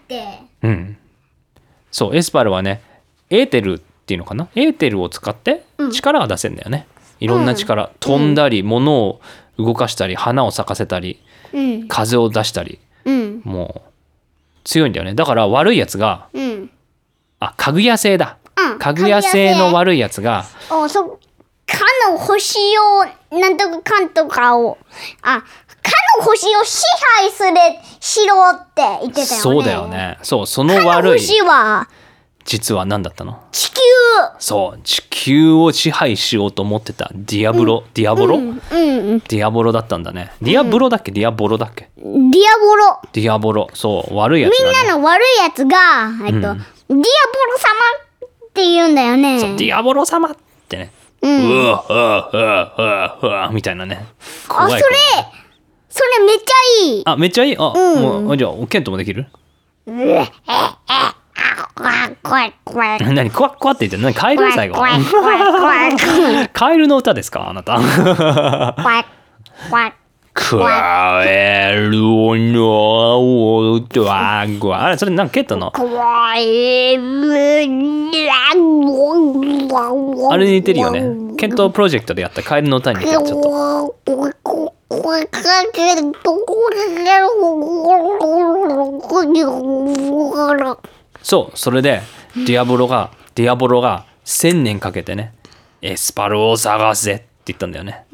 うん。そうエスパルはねエーテルっていうのかなエーテルを使って力が出せんだよね、うん、いろんな力、うん、飛んだり物を動かしたり花を咲かせたり、うん、風を出したり、うん、もう強いんだよね。だから悪いやつが、うん、あかぐや星だ、うん、かぐや星の悪いやつがおそかの星をなんとかかんとかをあかの星を支配するしろって言ってたよね。 そうだよね。そうその悪い星は実は何だったの？ 地球。 そう地球を支配しようと思ってたディアブロ、うん、ディアボロ、うんうん、ディアボロだったんだね。ディアブロだっけ、うん、ディアボロだっけ。 ディアボロ。 ディアボロそう悪いやつが、ね、 みんなの悪いやつがえっと、うん、ディアボロ様って言うんだよね。 そうディアボロ様ってね。うん、うわうわうわうわうわみたいなね。 あそれそれめっちゃいい。 あめっちゃいい。あ、うん、もうじゃあケントもできる？うえ何クワックワって言って何カエル最後カエルの歌ですかあなたカエルの歌あれそれなんかケントのあれに似てるよね。ケントプロジェクトでやったカエルの歌に似てるちょっとそうそれでディアボロがディアボロが千年かけてねエスパルを探せって言ったんだよね、うん、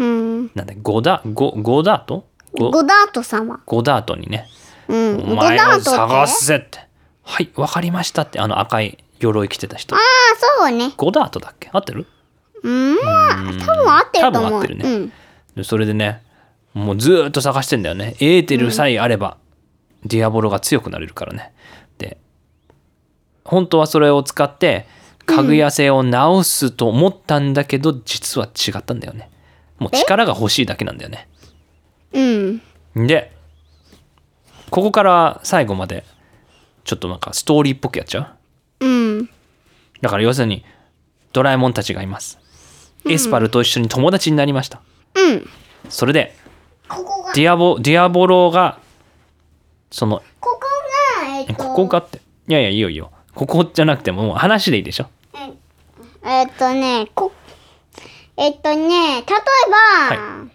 なんでゴダゴゴダートゴダート様ゴダートにね、うん、 お前を探せってはいわかりましたってあの赤い鎧着てた人。 ああそうねゴダートだっけ合ってる？ うん多分合ってると思う。多分合ってるね、うん、 でそれでねもうずっと探してんだよね。エーテルさえあれば、うん、ディアボロが強くなれるからね。で本当はそれを使ってかぐや星を直すと思ったんだけど、うん、実は違ったんだよね。もう力が欲しいだけなんだよね。うんでここから最後までちょっとなんかストーリーっぽくやっちゃう。うんだから要するにドラえもんたちがいます、うん、エスパルと一緒に友達になりました。うんそれでここディアボディアボロがそのここが、えっと、 ここがっていやいやいいよいいよここじゃなくてももう話でいいでしょ。 ええっとねこえっとね例えば、はい、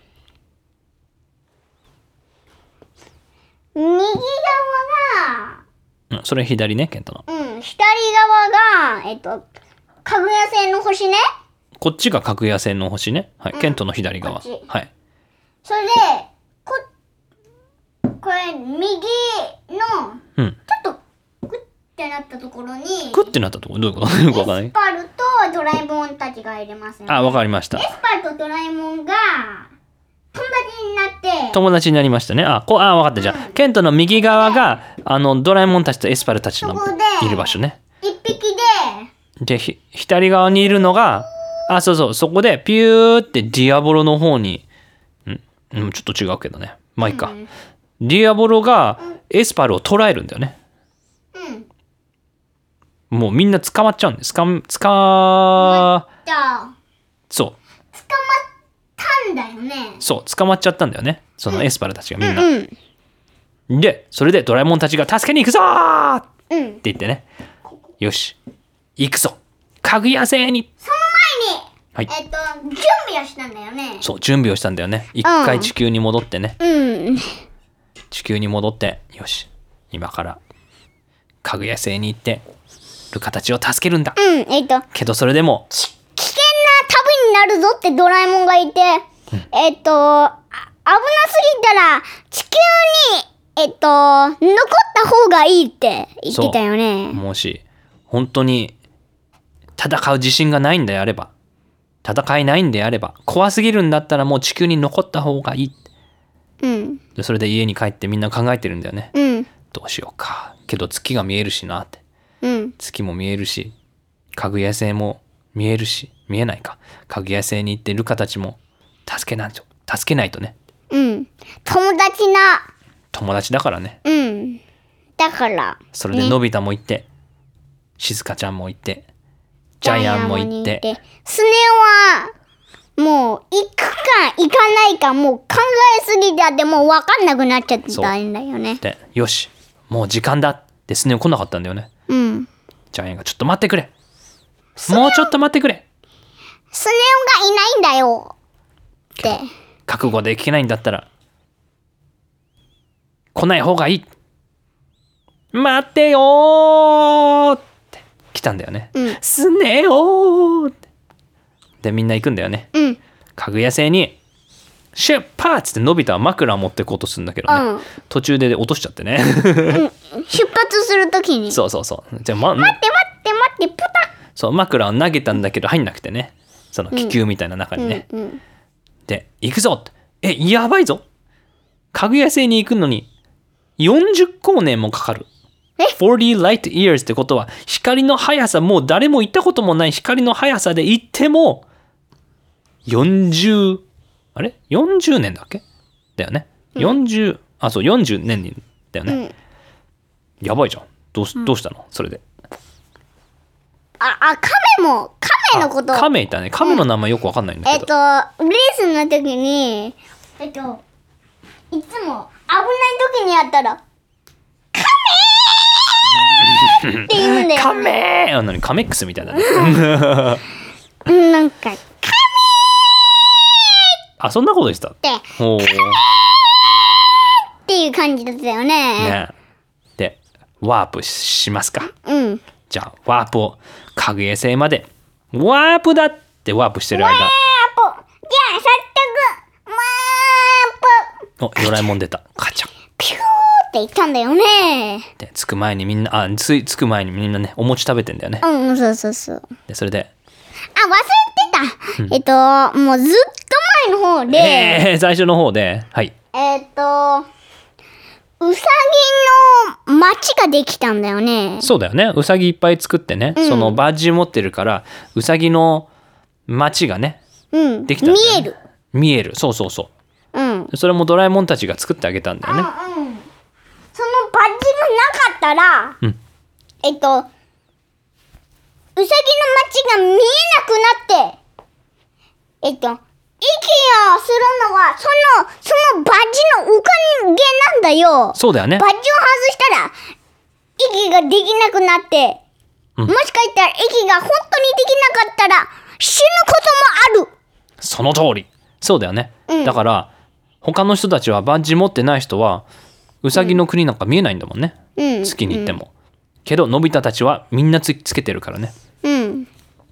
右側が、 うん、それ左ねケントの。 うん左側がえっとかかぐや星の星ね。 こっちがかぐや星の星ね。はい。ケントの左側。 こっちはい。 それで、こ、これ、右の、 うん。 ちょっと、グッてなったところに、 クッてなったところどういうことよくわかんない。 エスパルとドラえもんたちがいれますよね。 あ、わかりました。 エスパルとドラえもんが、友達になって、 友達になりましたね。あ、こあ、わかった。じゃあ、ケントの右側が、あの、ドラえもんたちとエスパルたちのそこでいる場所ね。 一匹で、 で、ひ左側にいるのが、あ、そうそう、そこでピューってディアボロの方に、うん、うん、ちょっと違うけどね。まあいいか。 うんディアボロがエスパルを捕らえるんだよね。 うん。 もうみんな捕まっちゃうんです。捕ま、捕、 じゃあ、 そう、 捕まったんだよね。 そう、捕まっちゃったんだよね。そのエスパルたちがみんな。 うん。 で、それでドラえもんたちが助けに行くぞーっうん。 て言ってね。よし、行くぞ。かぐや星に。 その前に、 はいえっと、準備をしたんだよね。 そう、準備をしたんだよね。一回地球に戻ってね。 うん。 地球に戻って、よし、今からかぐや星に行ってルカたちを助けるんだ。 うん、えっと、 けどそれでも危険な旅になるぞってドラえもんがいて、えっと、あ危なすぎたら地球に、えっと、残った方がいいって言ってたよね。 もし本当に戦う自信がないんであれば、戦えないんであれば、怖すぎるんだったらもう地球に残った方がいい。 うん。 でそれで家に帰ってみんな考えてるんだよね。 うん。 どうしようか。けど月が見えるしなって。 うん。 月も見えるし、かぐや星も見えるし、見えないか。かぐや星に行ってルカたちも助けないと、助けないとね。 うん。友達な。 友達だからね。 うん。だから。 それでのび太も行って、静香ちゃんも行って、ジャイアンも行って。 スネ夫は、もう、行くか行かないか、もう考えすぎてあって、もう分かんなくなっちゃったんだよね。 で、よし、もう時間だってスネ夫来なかったんだよね。 うん。 ジャイアンがちょっと待ってくれ。もうちょっと待ってくれ。 スネ夫がいないんだよ。って。 覚悟で聞けないんだったら、来ない方がいい。待ってよーって来たんだよね。 うん、 スネ夫って。で、みんな行くんだよね。 うん。 かぐや星に、出発ってのび太は枕を持ってこうとするんだけどね。うん、途中で落としちゃってね。うん、 出発するときに。 そうそうそう。じゃあ、ま、 待って待って待って、プタッ。 そう、枕を投げたんだけど入んなくてね。その気球みたいな中にね。 うんうんうん、 で、行くぞって。え、やばいぞ。かぐや星に行くのによんじゅう光年もかかる。よんじゅう light years ってことは、光の速さ、もう誰も行ったこともない光の速さで行っても、よんじゅう、あれ ?よんじゅう 年だっけだよね。よんじゅう、あ、そう、よんじゅうねんだよね。うん、やばいじゃん。どうし、どうしたのそれで。 あ、あ、亀も、亀のこと。 亀いたね。亀の名前よくわかんないんだけど。 うん、えっと、レースの時に、えっと、いつも危ない時にやったら、亀ーって言うんだよ。 カメーあ、なにカメックスみたいだね。 うん、なんか、カメーあ、そんなことでした。 で、カメーっていう感じだったよね。 ね。で、ワープしますか。 うん。 じゃあ、ワープを、かぐや星まで、ワープだってワープしてる間。ワープじゃあ、早速、ワープお、ドラえもん出た。カチャン。 ピューって言ったんだよね。 で、着く前にみんな、あ、つい、着く前にみんなね、お餅食べてんだよね。 うん、そうそうそう。 で、それで。 あ、忘れてた。うん、えっと、もうずっと前の方で。 えー、最初の方で、はい。 えっと、うさぎの町ができたんだよね。 そうだよね。うさぎいっぱい作ってね、うん、そのバッジ持ってるから、うさぎの町がね、 うん、 できたんだよね。 見える。 見える。そうそうそう。うん。それもドラえもんたちが作ってあげたんだよね。 うんうん、そのバッジがなかったら、うん、えっと、うさぎの町が見えなくなって、えっと、息をするのは、その、そのバッジのおかげなんだよ。 そうだよね。 バッジを外したら、息ができなくなって、うん、もしかしたら息が本当にできなかったら、死ぬこともある。 その通り。そうだよね。うん、だから、他の人たちはバッジ持ってない人は、うさぎの国なんか見えないんだもんね。うん、月に行っても。うん、けど、のび太たちはみんな つ, つけてるからね。 うん。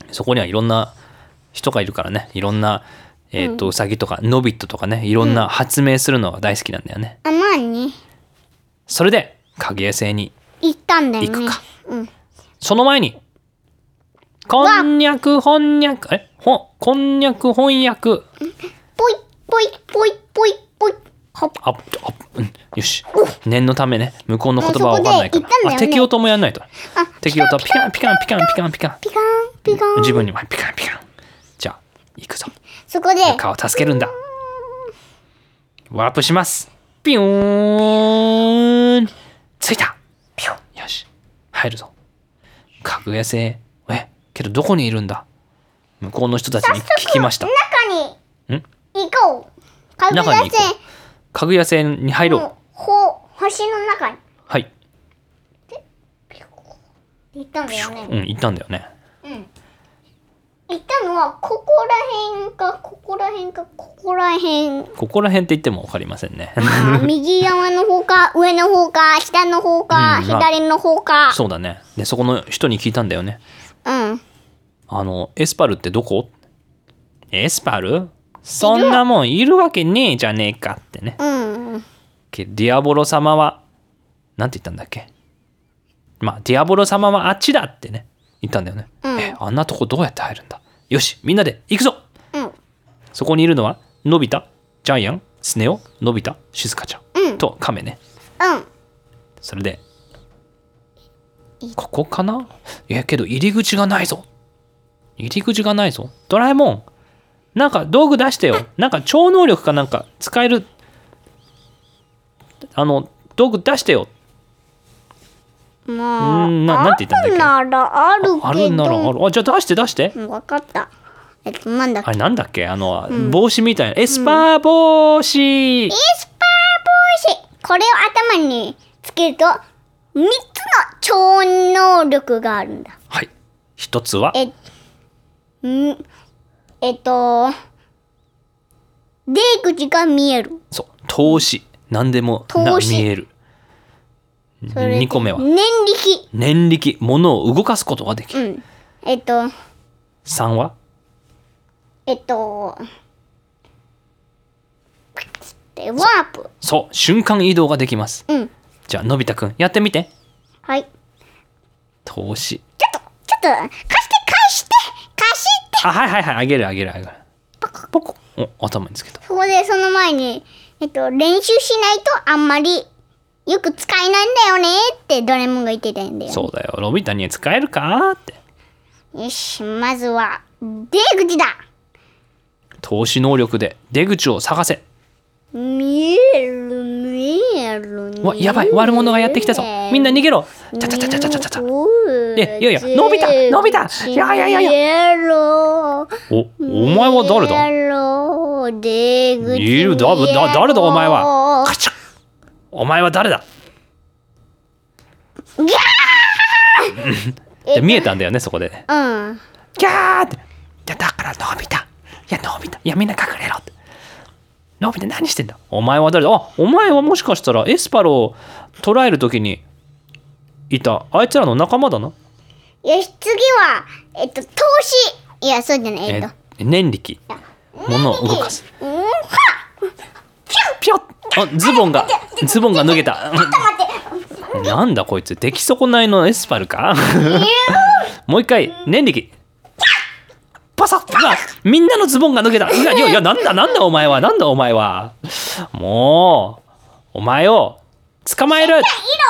そこにはいろんな人がいるからね、いろんな、えーとうん、ウサギとかノビットとかね、いろんな発明するのが大好きなんだよね。 あ、まあね。 それでかぐや星に行ったんだよね。 行くか。 うん。 その前にこんにゃく翻訳えほこんにゃく翻訳。 ぽいぽいぽいぽいぽい。 あっあっ、うん、よし。念のためね、向こうの言葉は分かんないから、ね、あ敵音もやんないと。敵音はピカンピカンピカンピカンピカンピカンピカン。 自分にはピカンピカン。じゃあ行くぞ。 そこで顔を助けるんだ。ワープします。ピヨーン。着いた。よし入るぞ。かぐや星。えけどどこにいるんだ。向こうの人たちに聞きました。 中に行こう。かぐや星。 かぐや星に入ろう。 ほ星の中に。 はい。 行ったんだよね。 うん行ったんだよね。 うん。行ったのはここら辺かここら辺かここら辺。 ここら辺って言っても分かりませんね。 右側の方か上の方か下の方か、うん、左の方か。 そうだね。でそこの人に聞いたんだよね。 うん。 あのエスパルってどこ？エスパル？そんなもんいるわけねえじゃねえかってね。 うん。 ディアボロ様はなんて言ったんだっけ。まあディアボロ様はあっちだってね言ったんだよね。 うん、 えあんなとこどうやって入るんだ。よしみんなで行くぞ。 うん、 そこにいるのはのび太、ジャイアン、スネ夫、のび太、しずかちゃん、うん、とカメね。 うん。 それでここかな。いやけど入り口がないぞ。入り口がないぞ。ドラえもんなんか道具出してよ。なんか超能力かなんか使えるあの道具出してよ。 まあ、 んななんて言ったんだっけ。 あるならあるけど。 あるならある。あじゃあ出して出して。 うん、分かった。えっとなんだっけ。 あれなんだっけあの、うん、帽子みたいなエスパー帽子、うん。 エスパー帽子。これを頭につけるとみっつの超能力があるんだ。 はい。一つは。 えんえっと出口が見える。 そう透視何でもな見える。にこめは念力。 念力物を動かすことができる。うん、 えっとさんはえっとワープ。 そう瞬間移動ができます。 うん、 じゃあのび太くんやってみて。 はい。 透視。 ちょっとちょっと貸して貸して貸して。 あはいはいはいあげるあげるあげる。ポコポコお頭につけた。 そこでその前にえっと練習しないとあんまりよく使えないんだよねってドラえもんが言ってたんだよ、ね。 そうだよのび太に使えるかって。 よしまずは出口だ。 透視能力で出口を探せ。 見える見える。 わやばい悪者がやってきたぞ。みんな逃げろ。ちゃちゃちゃちゃちゃちゃちゃ。えいやいやのび太のび太いやいやいやいや。おお前は誰だ。 出口いるだだ誰だお前は。カチャお前は誰だ。 ギャーって見えたんだよねそこで。 うん。 ギャーって。だからのび太いやのび太いやみんな隠れろって。のび太何してんだ。お前は誰だ。あお前はもしかしたらエスパルを捕らえるときにいたあいつらの仲間だな。 よし次はえっと投資。いやそうじゃないえっと念力物を動かす。ピョッあズボンがズボンが脱げた。なんだこいつ出来損ないのエスパルか。もう一回念力パサッ。みんなのズボンが脱げた。いやいやいやなんだなんだお前はなんだお前は。もうお前を捕まえる。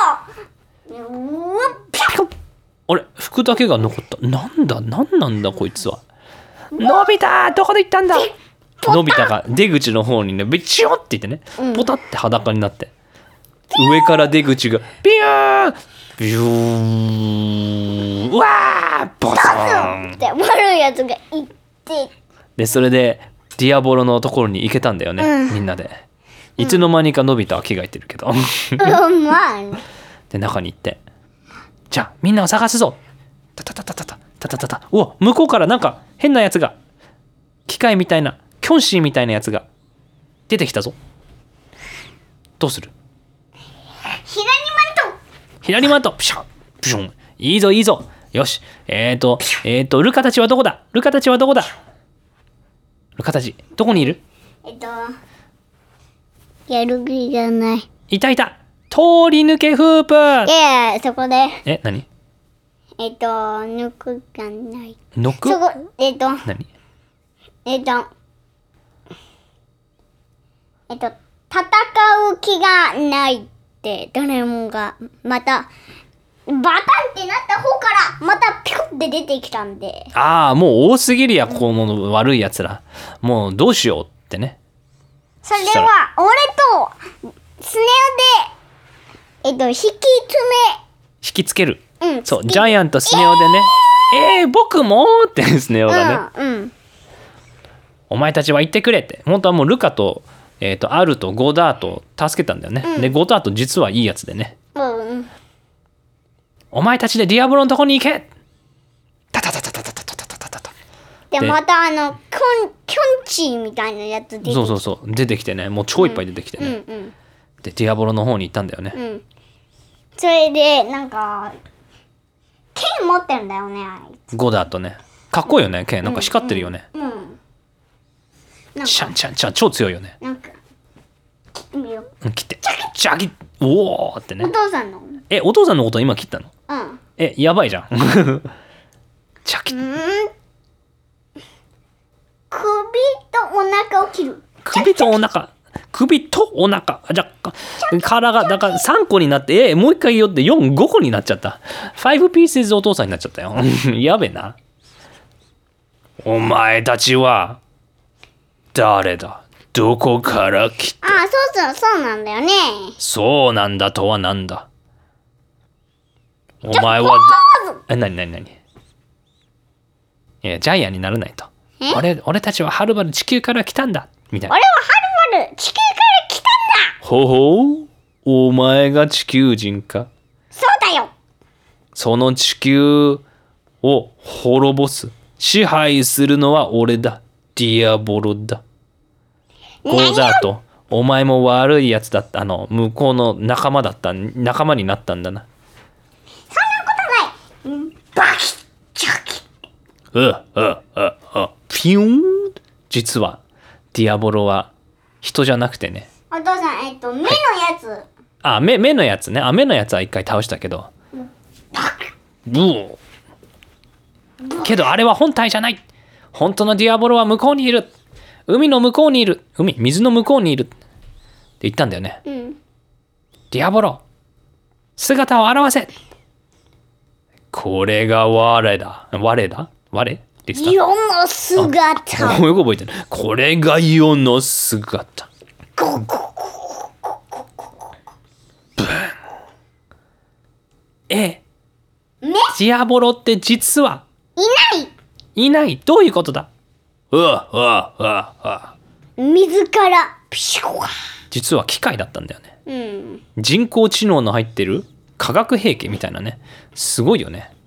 あれ服だけが残った。なんだなんなんだこいつは。のび太どこで行ったんだ。のび太が出口の方にねビチョって言ってね、うん、ポタって裸になって上から出口がビュービューうわーボソンって悪いやつがいってでそれでディアボロのところに行けたんだよね、うん、みんなでいつの間にかのび太は着替えてるけど、うん、まあ、で中に行ってじゃあみんなを探すぞタタタタタタタタタタうわ向こうからなんか変なやつが機械みたいなキョンシーみたいなやつが出てきたぞ。どうする。 左にマント左マントプシャンプションいいぞいいぞよし。えーと、えーと、ルカたちはどこだルカたちはどこだルカたち、どこにいる？ えっと、やる気がない。 いたいた通り抜けフープ。 いやいや、そこで。 え、何？ えっと、抜くがない。 抜く？ そこ、えっと、 何？ えっと、えっと、戦う気がないってドラえもんがまたバタンってなった方からまたピコって出てきたんで。 ああ、もう多すぎるや、この悪いやつら。もうどうしようってね。 それは俺とスネ夫でえっと引き詰引きつける。 め、うん、 そう、ジャイアンとスネ夫でね。えー、えー、僕もってスネ夫がね、 うんうん、 お前たちは言ってくれって。本当はもうルカと、えー、とアルとゴダートを助けたんだよね、うん、でゴダート実はいいやつでね、 うんうん、 お前たちでディアブロのとこに行け。タタタタタタタタタタタタ。 でまたあのキョンキョンチーみたいなやつ出てきて、 そうそうそう出てきてね、もう超いっぱい出てきてね、 うんうんうん、 でディアボロの方に行ったんだよね、 うん、それでなんか剣持ってるんだよね、あいつゴダートね。かっこいいよね、剣なんか光ってるよね、 うんうんうん、 シャンシャンシャン超強いよね。 なんか切ってみよう。 うん、切ってチャキッおーってね。 お父さんのえお父さんのこと今切ったの？ うん、 えやばいじゃんチャキッ、 うん、首とお腹を切る。 首とお腹首とお腹じゃ殻がだからさんこになって、えもう一回言おうってよん、ごこになっちゃった。ごピースお父さんになっちゃったよやべえな。お前たちは誰だ、どこから来た。 ああ、そうそうそうなんだよね。 そうなんだとはなんだ。お前はえなになになに、いやジャイアンにならないと。俺俺たちははるばる地球から来たんだみたいな。 俺ははるばる地球から来たんだ。 ほほう、お前が地球人か。 そうだよ。 その地球を滅ぼす支配するのは俺だ、ディアボロだ。ゴーダート、お前も悪いやつだった。あの向こうの仲間だった、仲間になったんだな。 そんなことない。バキッチャキううううピューン。実はディアボロは人じゃなくてね。 お父さん、えっと目のやつ、はい、 あ 目, 目のやつね。あ目のやつは一回倒したけど、ブーけどあれは本体じゃない。本当のディアボロは向こうにいる。海の向こうにいる。海水の向こうにいるって言ったんだよね、 うん、 ディアボロ姿を現せ。これが我だ我だ我って言ってた。 世の姿。 よく覚えてる。これが世の姿。 ゴゴブン。えね、 ディアボロって実はいないいない。どういうことだ。うわうわうわうわ。 水からピシュワ。 実は機械だったんだよね、 うん、 人工知能の入ってる化学兵器みたいなね。すごいよね。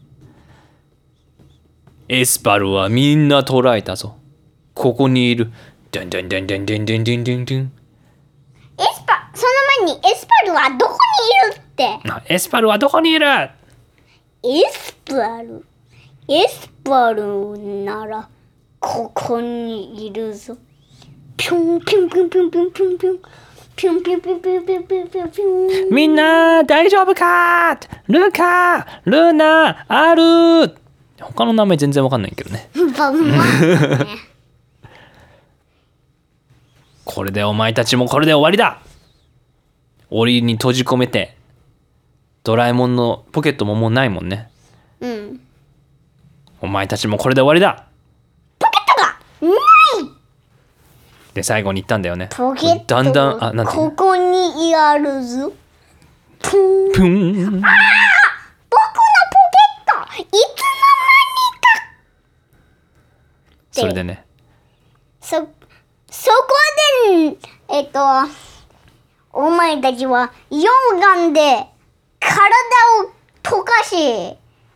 エスパルはみんな捕らえたぞ。ここにいる。デンデンデンデンデンデンデンデンデン。 エスパその前にエスパルはどこにいるって。 あエスパルはどこにいる。 エスパルエスパルならここにいるぞ。ピュンピュンピュンピュンピュンピュンピュンピュンピュンピュンピュンピュンピュンピュンピュン。 みんな大丈夫か。ルカルナアル。他の名前全然わかんないけどねこれでお前たちもこれで終わりだ。檻に閉じ込めて。ドラえもんのポケットももうないもんね。 うん。 お前たちもこれで終わりだ。 ポケットがないで最後に言ったんだよね。 ポケットだんだんあなんてここにあるぞ。プンプン。 ああ僕のポケットいつの間にか。 それでね。 そそこでえっとお前たちは溶岩で体を溶かし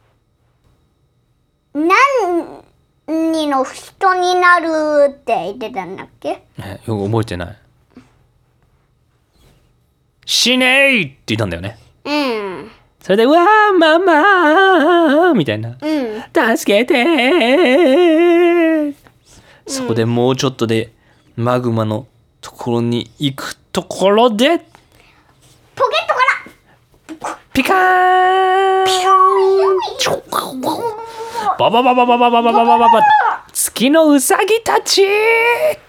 何の人になるって言ってたんだっけ。 えよく覚えてない。死ねーって言ったんだよね。 うん。 それでうわーママみたいな、 うん、 助けてー、そこでもうちょっとでマグマのところに行くところでポケットからピカーンババババババババババババ月のうさぎたちって、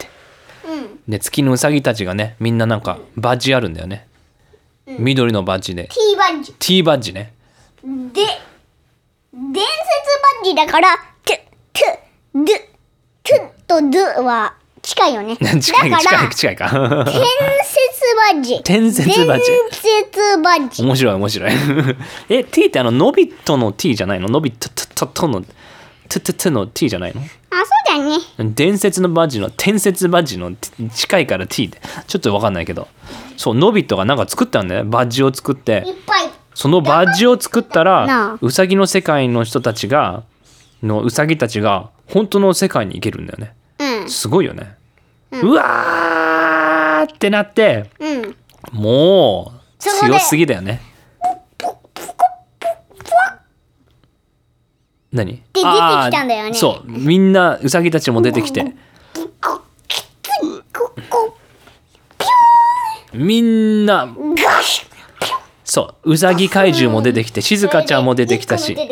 うん、で月のうさぎたちがねみんななんかバッジあるんだよね、うん、緑のバッジで T バッジ T バッジねで伝説バッジだからトゥトゥドゥトゥとドゥは近いよね。 近い近い近いか。 伝説バッジ。 伝説バッジ。 伝説バッジ。 面白い面白い。え T ってあののびとの T じゃないの？のびととととのトゥトゥトゥの T じゃないの？ あ、そうだね。 伝説のバッジの伝説バッジの近いから T ってちょっと分かんないけど、そうのびとがなんか作ったんだよね。バッジを作って。 いっぱい。 そのバッジを作ったらうさぎの世界の人たちがのうさぎたちが本当の世界に行けるんだよね。うん、すごいよね。うん、うわーってなって、うん、もう強すぎだよね。何？ で出てきたんだよね。 そうみんなうさぎたちも出てきてみんなそううさぎ怪獣も出てきてしずかちゃんも出てきたし、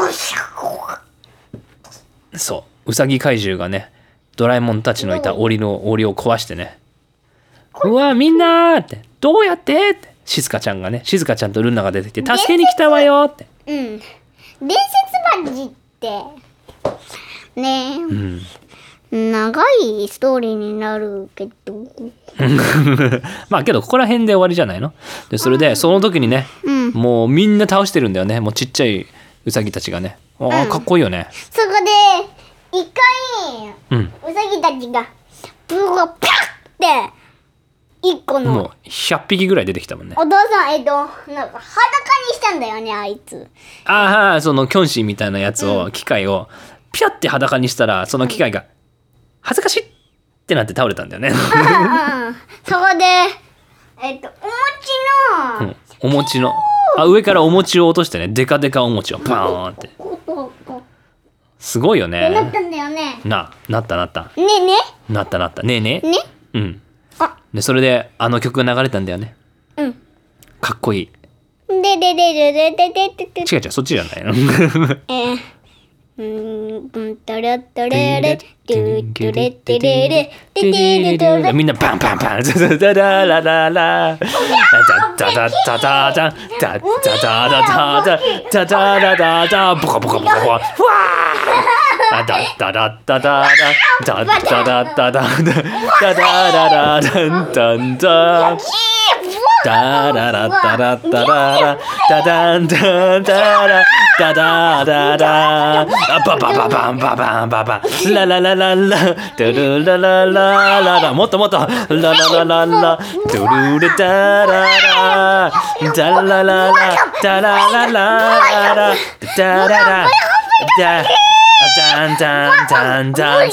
そううさぎ怪獣がねドラえもんたちのいた檻の檻を壊してね、うわみんなーってどうやってってしずかちゃんがねしずかちゃんとルナが出てきて助けに来たわよって、 うん、伝説バッジってねえ、うん、長いストーリーになるけどまあけどここら辺で終わりじゃないの。でそれでその時にね、うん、もうみんな倒してるんだよね。もうちっちゃいうさぎたちがね、あー、うん、かっこいいよね。 そこで一回、うん、うさぎたちがブワピャッて一個のもうひゃっぴきぐらい出てきたもんね。 お父さんえっとなんか裸にしたんだよねあいつ。 ああそのキョンシーみたいなやつを、うん、機械をピャッて裸にしたらその機械が、うん、恥ずかしいってなって倒れたんだよね。 うんうん、そこでえっとお餅の、うん、 お餅のあ上からお餅を落としてねデカデカお餅をパーンってすごいよね。 なったんだよね。 ななったなったねえねなったなったねえねえねうんあでそれであの曲が流れたんだよね。うんかっこいい。 でででででででで違う違うそっちじゃないの。 えーうんうんタラタラレトゥトゥレテレレテテレトレみんなバンバンバンダダダラララダダダダダダダダダダダダダダダダボカボカボカボカわーダダダダダダダダダダダダダダダダダンダンダダララダラダラダダンダンダラダダダダババババンババンババンラララララドゥルラララララもっともっとラララララドゥルルダララダラララダララララダララダダンダンダンダン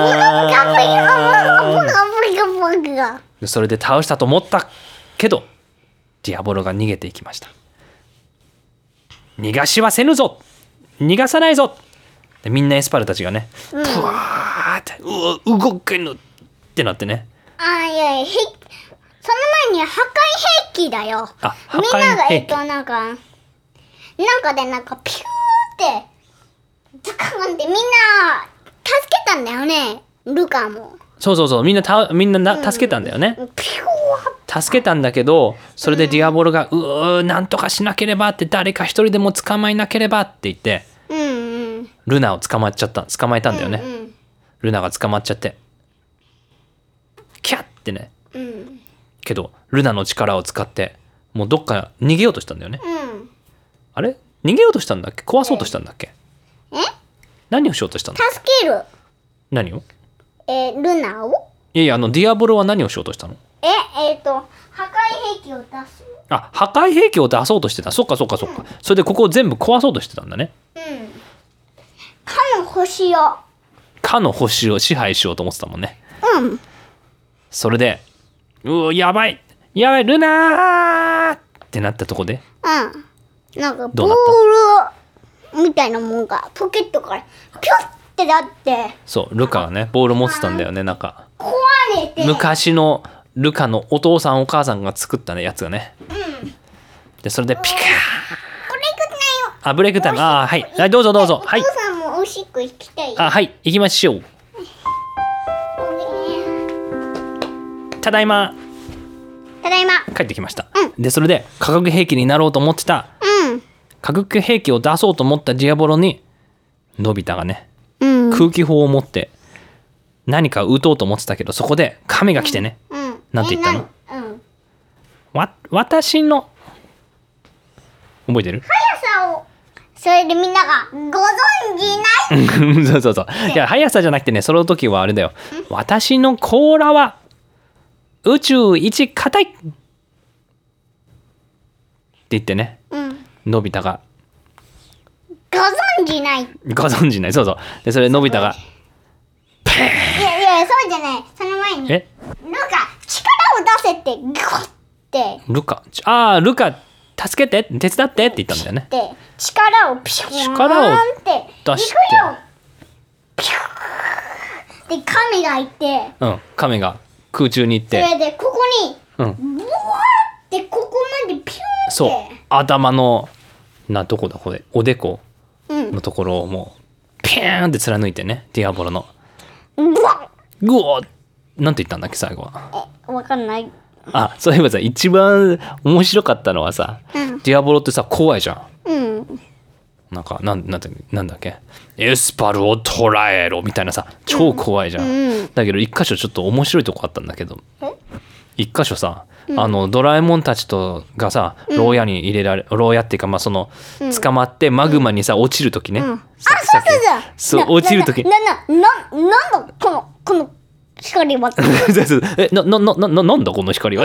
ダンそれで倒したと思ったけどディアボロが逃げていきました。逃がしはせぬぞ逃がさないぞでみんなエスパルたちがね、うん、プワーってう動けんのってなってねあいやいやその前に破壊兵器だよ。 あ破壊兵器みんながえっとなんかなんかでなんかピューってズカンってみんな助けたんだよねルカも。 そうそうそうみんなたみんなな、うん、助けたんだよね。 ピュー助けたんだけどそれでディアボロが、うん、うーなんとかしなければって誰か一人でも捕まえなければって言って、うんうん、ルナを捕まっちゃった捕まえたんだよね、うんうん、ルナが捕まっちゃってキャッってね、うん、けどルナの力を使ってもうどっか逃げようとしたんだよね、うん、あれ逃げようとしたんだっけ壊そうとしたんだっけえ何をしようとしたの。 助ける。 何をえルナをいやいやあのディアボロは何をしようとしたの。 ええっと破壊兵器を出す。 あ破壊兵器を出そうとしてた。そっかそっかそっか、うん、それでここを全部壊そうとしてたんだね。 うんかの星をかの星を支配しようと思ってたもんね。 うんそれでうーやばいやばいルナーってなったとこで、 うんなんかボどうなっールみたいなもんがポケットからピョッてなってそうルカがねボール持ってたんだよね。なんか壊れて昔のルカのお父さんお母さんが作ったねやつがね。 うん、 でそれでピカーブレイクタイム。 あブレイクタイム。あはいはいどうぞどうぞ。はいお父さんもおしっこ行きたい。 あはい行きましょう。ただいまただいま。 帰ってきました。 うでそれで化学兵器になろうと思ってたうん化学兵器を出そうと思ったディアボロにのび太がねうん空気砲を持って何か撃とうと思ってたけどそこで亀が来てね、 うん。 なんて言ったの？ えなうん。 わ私の覚えてる？ 速さを。それでみんながご存知ない。 そうそうそう。いや速さじゃなくてねその時はあれだよ。私の甲羅は宇宙一硬いって言ってねうん。 のび太がご存知ない。いご存知ないそうそうでそれのび太がやいやそうじゃない。その前に。 えルカ力を出せってグッてルカああルカ助けて手伝ってって言ったんだよね。 で力をピシューン力をって出して行くよ。ピューで亀がいてうん亀が空中に行っそてれでここにうんブワーってここまでピューってそう頭のなどこだこれおでこうんのところをもうピューンって貫いてねディアボロのブワうおなんて言ったんだっけ最後は。 ッえわかんないあそういえばさ一番面白かったのはさ、 うんディアボロってさ怖いじゃん。 うんなんかなんなんてなんだっけエスパルを捕らえろみたいなさ超怖いじゃん、 うんだけど一箇所ちょっと面白いとこあったんだけどえ一箇所さ、あのドラえもんたちとがさ牢屋に入れられ牢屋っていうかまあその捕まってマグマにさ落ちる時ね、 うんあさっきそうそうそうそう落ちる時なななななんだこのこの光はそうそうえなななななんだこの光は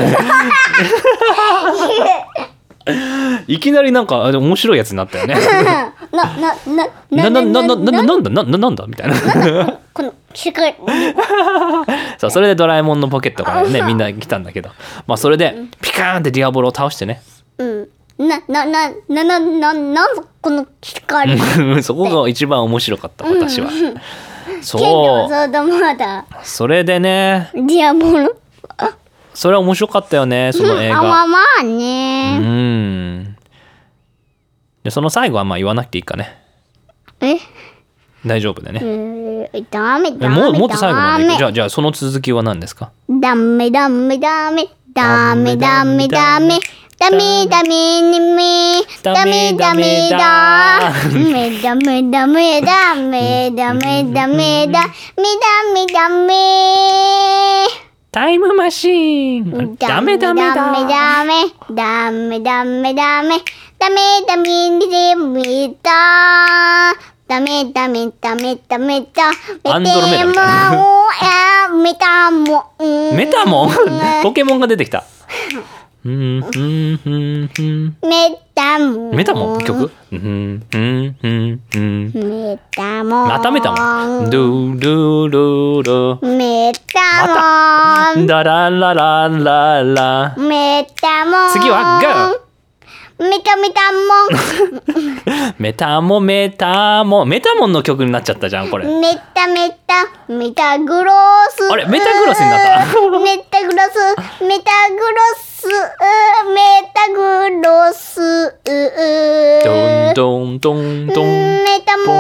いきなりなんかあ面白いやつになったよねななななななななななんだなななんだみたいなこの光そうそれでドラえもんのポケットからねみんな来たんだけどまあそれでピカーンってディアボロを倒してねうんなななななななんだこの光そこが一番面白かった私は、 けどそうそうだまだそれでねディアボロそれは面白かったよねその映画あまあまあうねんでその最後はまあ言わなくていいかねえ大丈夫だね、 えーダメえダメもうもっと最後までいくじゃダあじゃあその続きは何ですか？ メダメダメダメダメダメダメダメダメにめダメダメだメダメダメダメダメダメだメダメダメタイムマシーンダメダメだダメダメダメダメダメダメダメにでめだダメダメダメダメだアンドロメダみたいなメタモンメタモンポケモンが出てきたうんうんうんうんメタモンメタモン曲うんうんうんうんメタモンまたメタモンドゥルルルメタモンダラララララメタモン次はゴーメタメタモメタモメタモメタモンの曲になっちゃったじゃんこれンメタメタメタグロスあれメタグロスになったメタグロスメタグロスメタグロスドンドンドンドンメタモ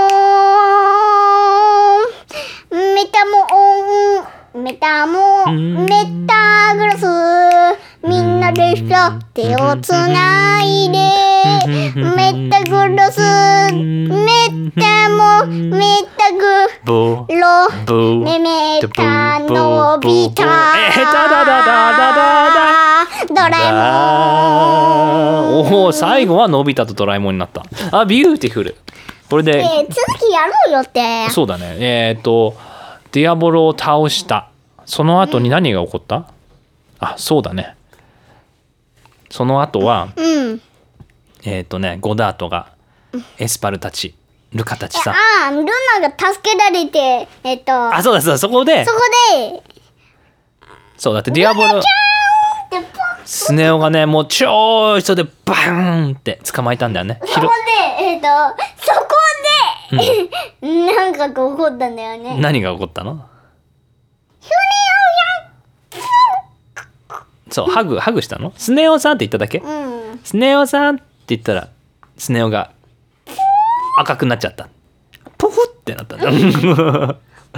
ンメタモンメタモンメタグロスみんなでさ手をつないでメタグロスメタモメタグボロボメメタのび太えーダダダダダダドラえもんおお最後はのび太とドラえもんになったあビューティフルこれで、 えー、続きやろうよってそうだねえっ、ー、とディアボロを倒したその後に何が起こった、あそうだねその後はうんえっ、ー、とねゴダートがエスパルたちルカたちさああルナが助けられてえっとあそうだそうだそこでそこでそうだってディアボロでポスネ夫がねもう超人でバーンって捕まえたんだよね。 そこでえっ、ー、とそこで、うん、なんかこう起こったんだよね。 何が起こったの？ スネ夫さんそうハグハグしたの？スネ夫さんって言っただけ？ うん、 スネ夫さんって言ったらスネ夫が赤くなっちゃった。ポフってなったんだ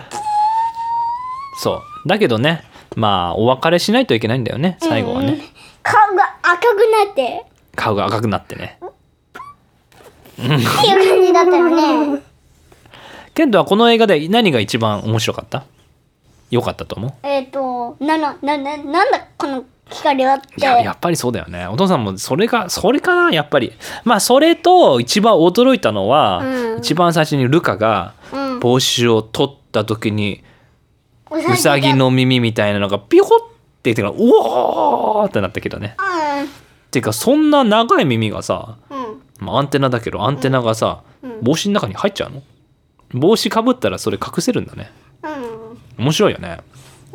そうだけどね、まあお別れしないといけないんだよね最後はね、うん、 顔が赤くなって顔が赤くなってねっていう感じだったよね。 ケントはこの映画で何が一番面白かった？良かったと思う？ えっ、ー、となななななんだこの光はって。 いややっぱりそうだよね。お父さんもそれがそれかなやっぱり。まあそれと一番驚いたのは、うん、一番最初にルカが帽子を取った時に、うん、ウサギの耳みたいなのがピホって言ってからうおーってなったけどね。うん、ていうかそんな長い耳がさ、うんまあ、アンテナだけどアンテナがさ、うん、帽子の中に入っちゃうの？帽子かぶったらそれ隠せるんだね。うん、面白いよね。うん、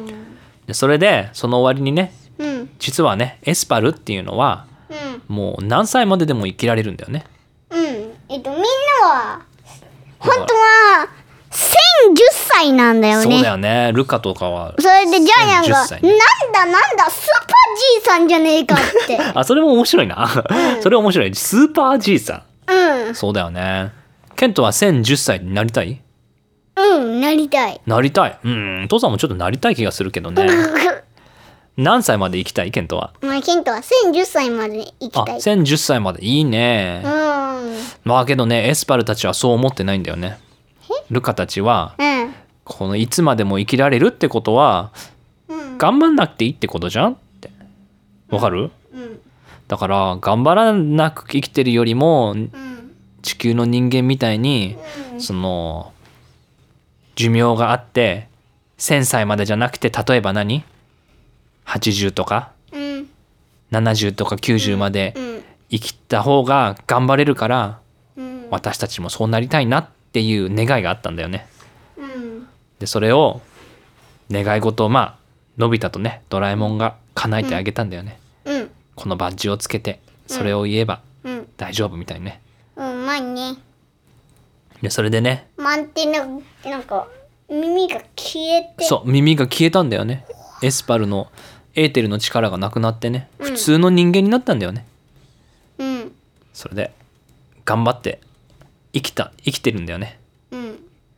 でそれでその終わりにね、うん、実はねエスパルっていうのは、うん、もう何歳まででも生きられるんだよね。 うん、えっとみんなは本当はせんじゅっさいなんだよね。 そうだよね。ルカとかはそれでジャイアンがなんだなんだスーパーじいさんじゃねえかってあそれも面白いな、うん、それ面白い。スーパーじいさん、うん、そうだよね。ケントはせんじゅっさいになりたい？ うんなりたいなりたい。うん父さんもちょっとなりたい気がするけどね何歳まで生きたいケントは？ まあケントはせんじゅっさいまで生きたい。 あせんじゅっさいまでいいね。うんまあけどねエスパルたちはそう思ってないんだよね。ルカたちは、うん、このいつまでも生きられるってことは、うん、頑張んなくていいってことじゃんってわかる？うん、だから頑張らなく生きてるよりも、うん、地球の人間みたいに、うん、その寿命があってせんさいまでじゃなくて例えば何はちじゅうとか、うん、ななじゅうとかきゅうじゅうまで生きた方が頑張れるから、うん、私たちもそうなりたいなっていう願いがあったんだよね。うん、でそれを願い事をまあのび太とねドラえもんが叶えてあげたんだよね。うん、このバッジをつけてそれを言えば大丈夫みたいにね。 うん、まあね。 でそれでね。 満点ななんか耳が消えて。 そう耳が消えたんだよね。エスパルのエーテルの力がなくなってね、うん、普通の人間になったんだよね。うん。それで頑張って生きた生きてるんだよね。うん。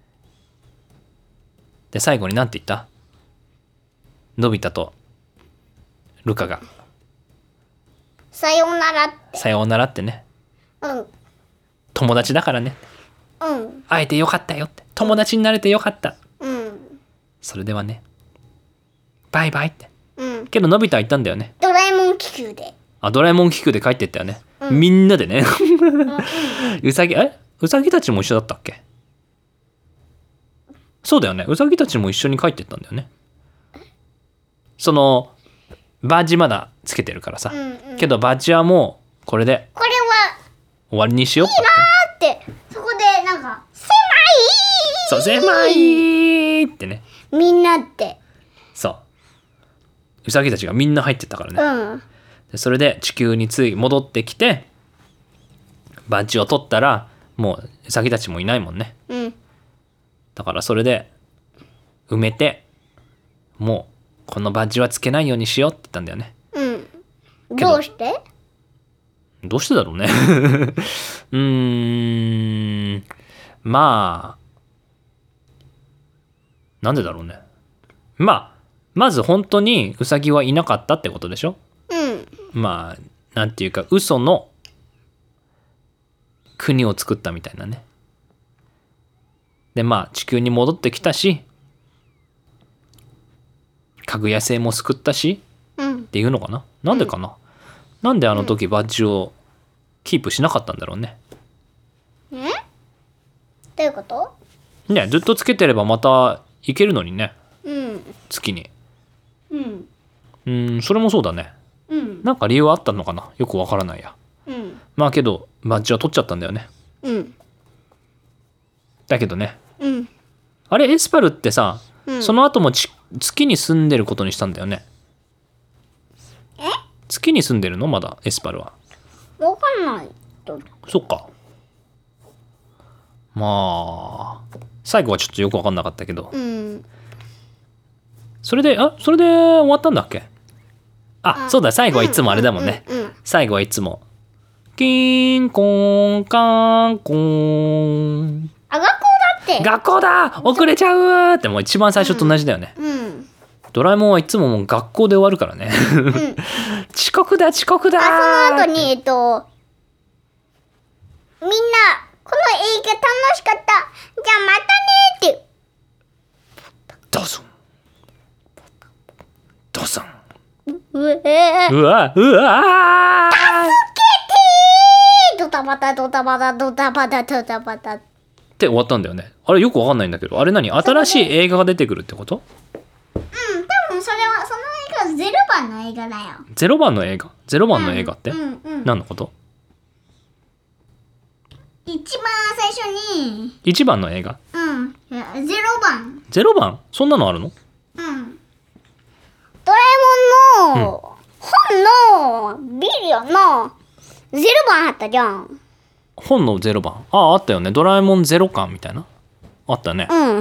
で最後に何て言った？のび太とルカがさようならってさようならってね。うん。友達だからね。うん。会えてよかったよって友達になれてよかった。うん。それではねバイバイって。うん。けどのび太は言ったんだよね。 ドラえもん気球で。 あドラえもん気球で帰ってったよね。うん、みんなでね。うさぎえうさぎたちも一緒だったっけ？そうだよね。うさぎたちも一緒に帰ってったんだよね。そのバッジまだつけてるからさ、うんうん、けどバッジはもうこれでこれは終わりにしようっていいなーってそこでなんか狭いそう狭いってねみんなってそううさぎたちがみんな入ってったからね、うん、でそれで地球につい戻ってきてバッジを取ったらもううさぎたちもいないもんね、うん、だからそれで埋めてもうこのバッジはつけないようにしようって言ったんだよね。 うん。どうして？ どうしてだろうね。うーん。まあなんでだろうね。まあまず本当にウサギはいなかったってことでしょ。うん。まあなんていうか嘘の国を作ったみたいなね。でまあ地球に戻ってきたし。かぐや星も救ったし、うん、っていうのかな。なんでかな、うん、なんであの時バッジをキープしなかったんだろうね。 え？どういうこと？ ねずっとつけてればまた行けるのにね、うん、月にうんうんそれもそうだね、うん、なんか理由はあったのかなよくわからないや、うん、まあけどバッジは取っちゃったんだよね、うん、だけどね、うん、あれエスパルってさ、うん、その後もち月に住んでることにしたんだよね。 え？ 月に住んでるのまだエスパルは。 わかんない。 そっか。まあ最後はちょっとよく分かんなかったけど、 うん、 それであそれで終わったんだっけ。あ、そうだ、最後はいつもあれだもんね、 うんうんうん、 最後はいつもキンコンカンコン、 あ、学校だって学校だ遅れちゃうって、もう一番最初と同じだよね、 うんうん、 ドラえもんはいつももう学校で終わるからね、うん、遅刻だ遅刻だ。 あ、その後にえっとみんなこの映画楽しかった、じゃあまたねって、 どうぞどうぞ、 うえうわうわ助けてー、ドタバタドタバタドタバタドタバタって終わったんだよね。あれよくわかんないんだけど、あれ何、新しい映画が出てくるってこと？ うん、多分それはその映画はゼロばんの映画だよ。 ゼロばんの映画ゼロばんの映画って、 うんうんうん、 何のこと？ 一番最初にいちばんの映画、 うん、ゼロばんゼロばん、そんなのあるの？ うん、ドラえもんの本のビデオのゼロばんあったじゃん。 本のゼロばん、あああったよね、ドラえもんゼロ巻みたいな、あったね。 うんうん、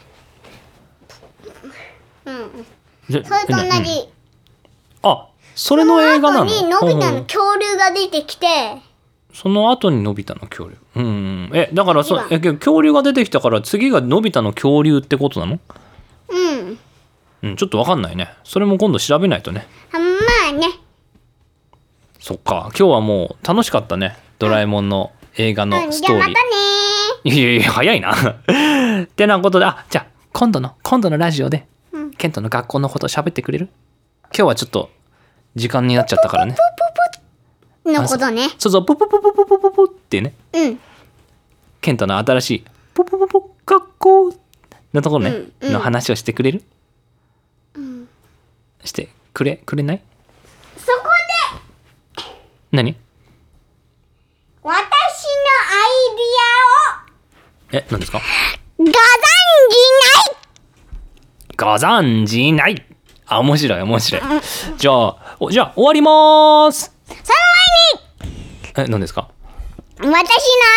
それと同じ、うん、 あ、それの映画なの？ その後にのび太の恐竜が出てきて、 その後にのび太の恐竜、うん、えだからそえ恐竜が出てきたから次がのび太の恐竜ってことなの？ うん、 うん、ちょっとわかんないね。それも今度調べないとね。 まあね。 そっか、今日はもう楽しかったね、ドラえもんの映画のストーリー、うん、じゃあまたねー。 いやいや早いなってなことで、あ、じゃあ今度の今度のラジオで、うん、ケントの学校のこと喋ってくれる？今日はちょっと時間になっちゃったからね。 ププププのことね。 そうそう、ププププププププってね、 うん、 ケントの新しいププププ学校のところね、うんうん、の話をしてくれる？うん、してくれくれない？ そこで何？ 私のアイディアを、え、何ですか？ ご存じないご存じない。あ、面白い面白い、うん、じゃあじゃあ終わりまーす。 その前に、 え、何ですか？ 私のアイディ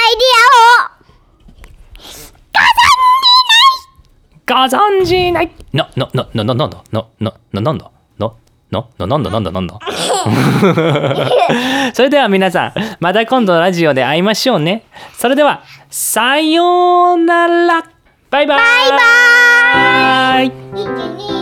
アをご存じないご存じないな、な、な、な、な、なんだな、な、な、なんだな、な、な、なんだなんだなんだそれでは皆さん、また今度のラジオで会いましょうね。それではさようなら、バイバイ。バイバイ。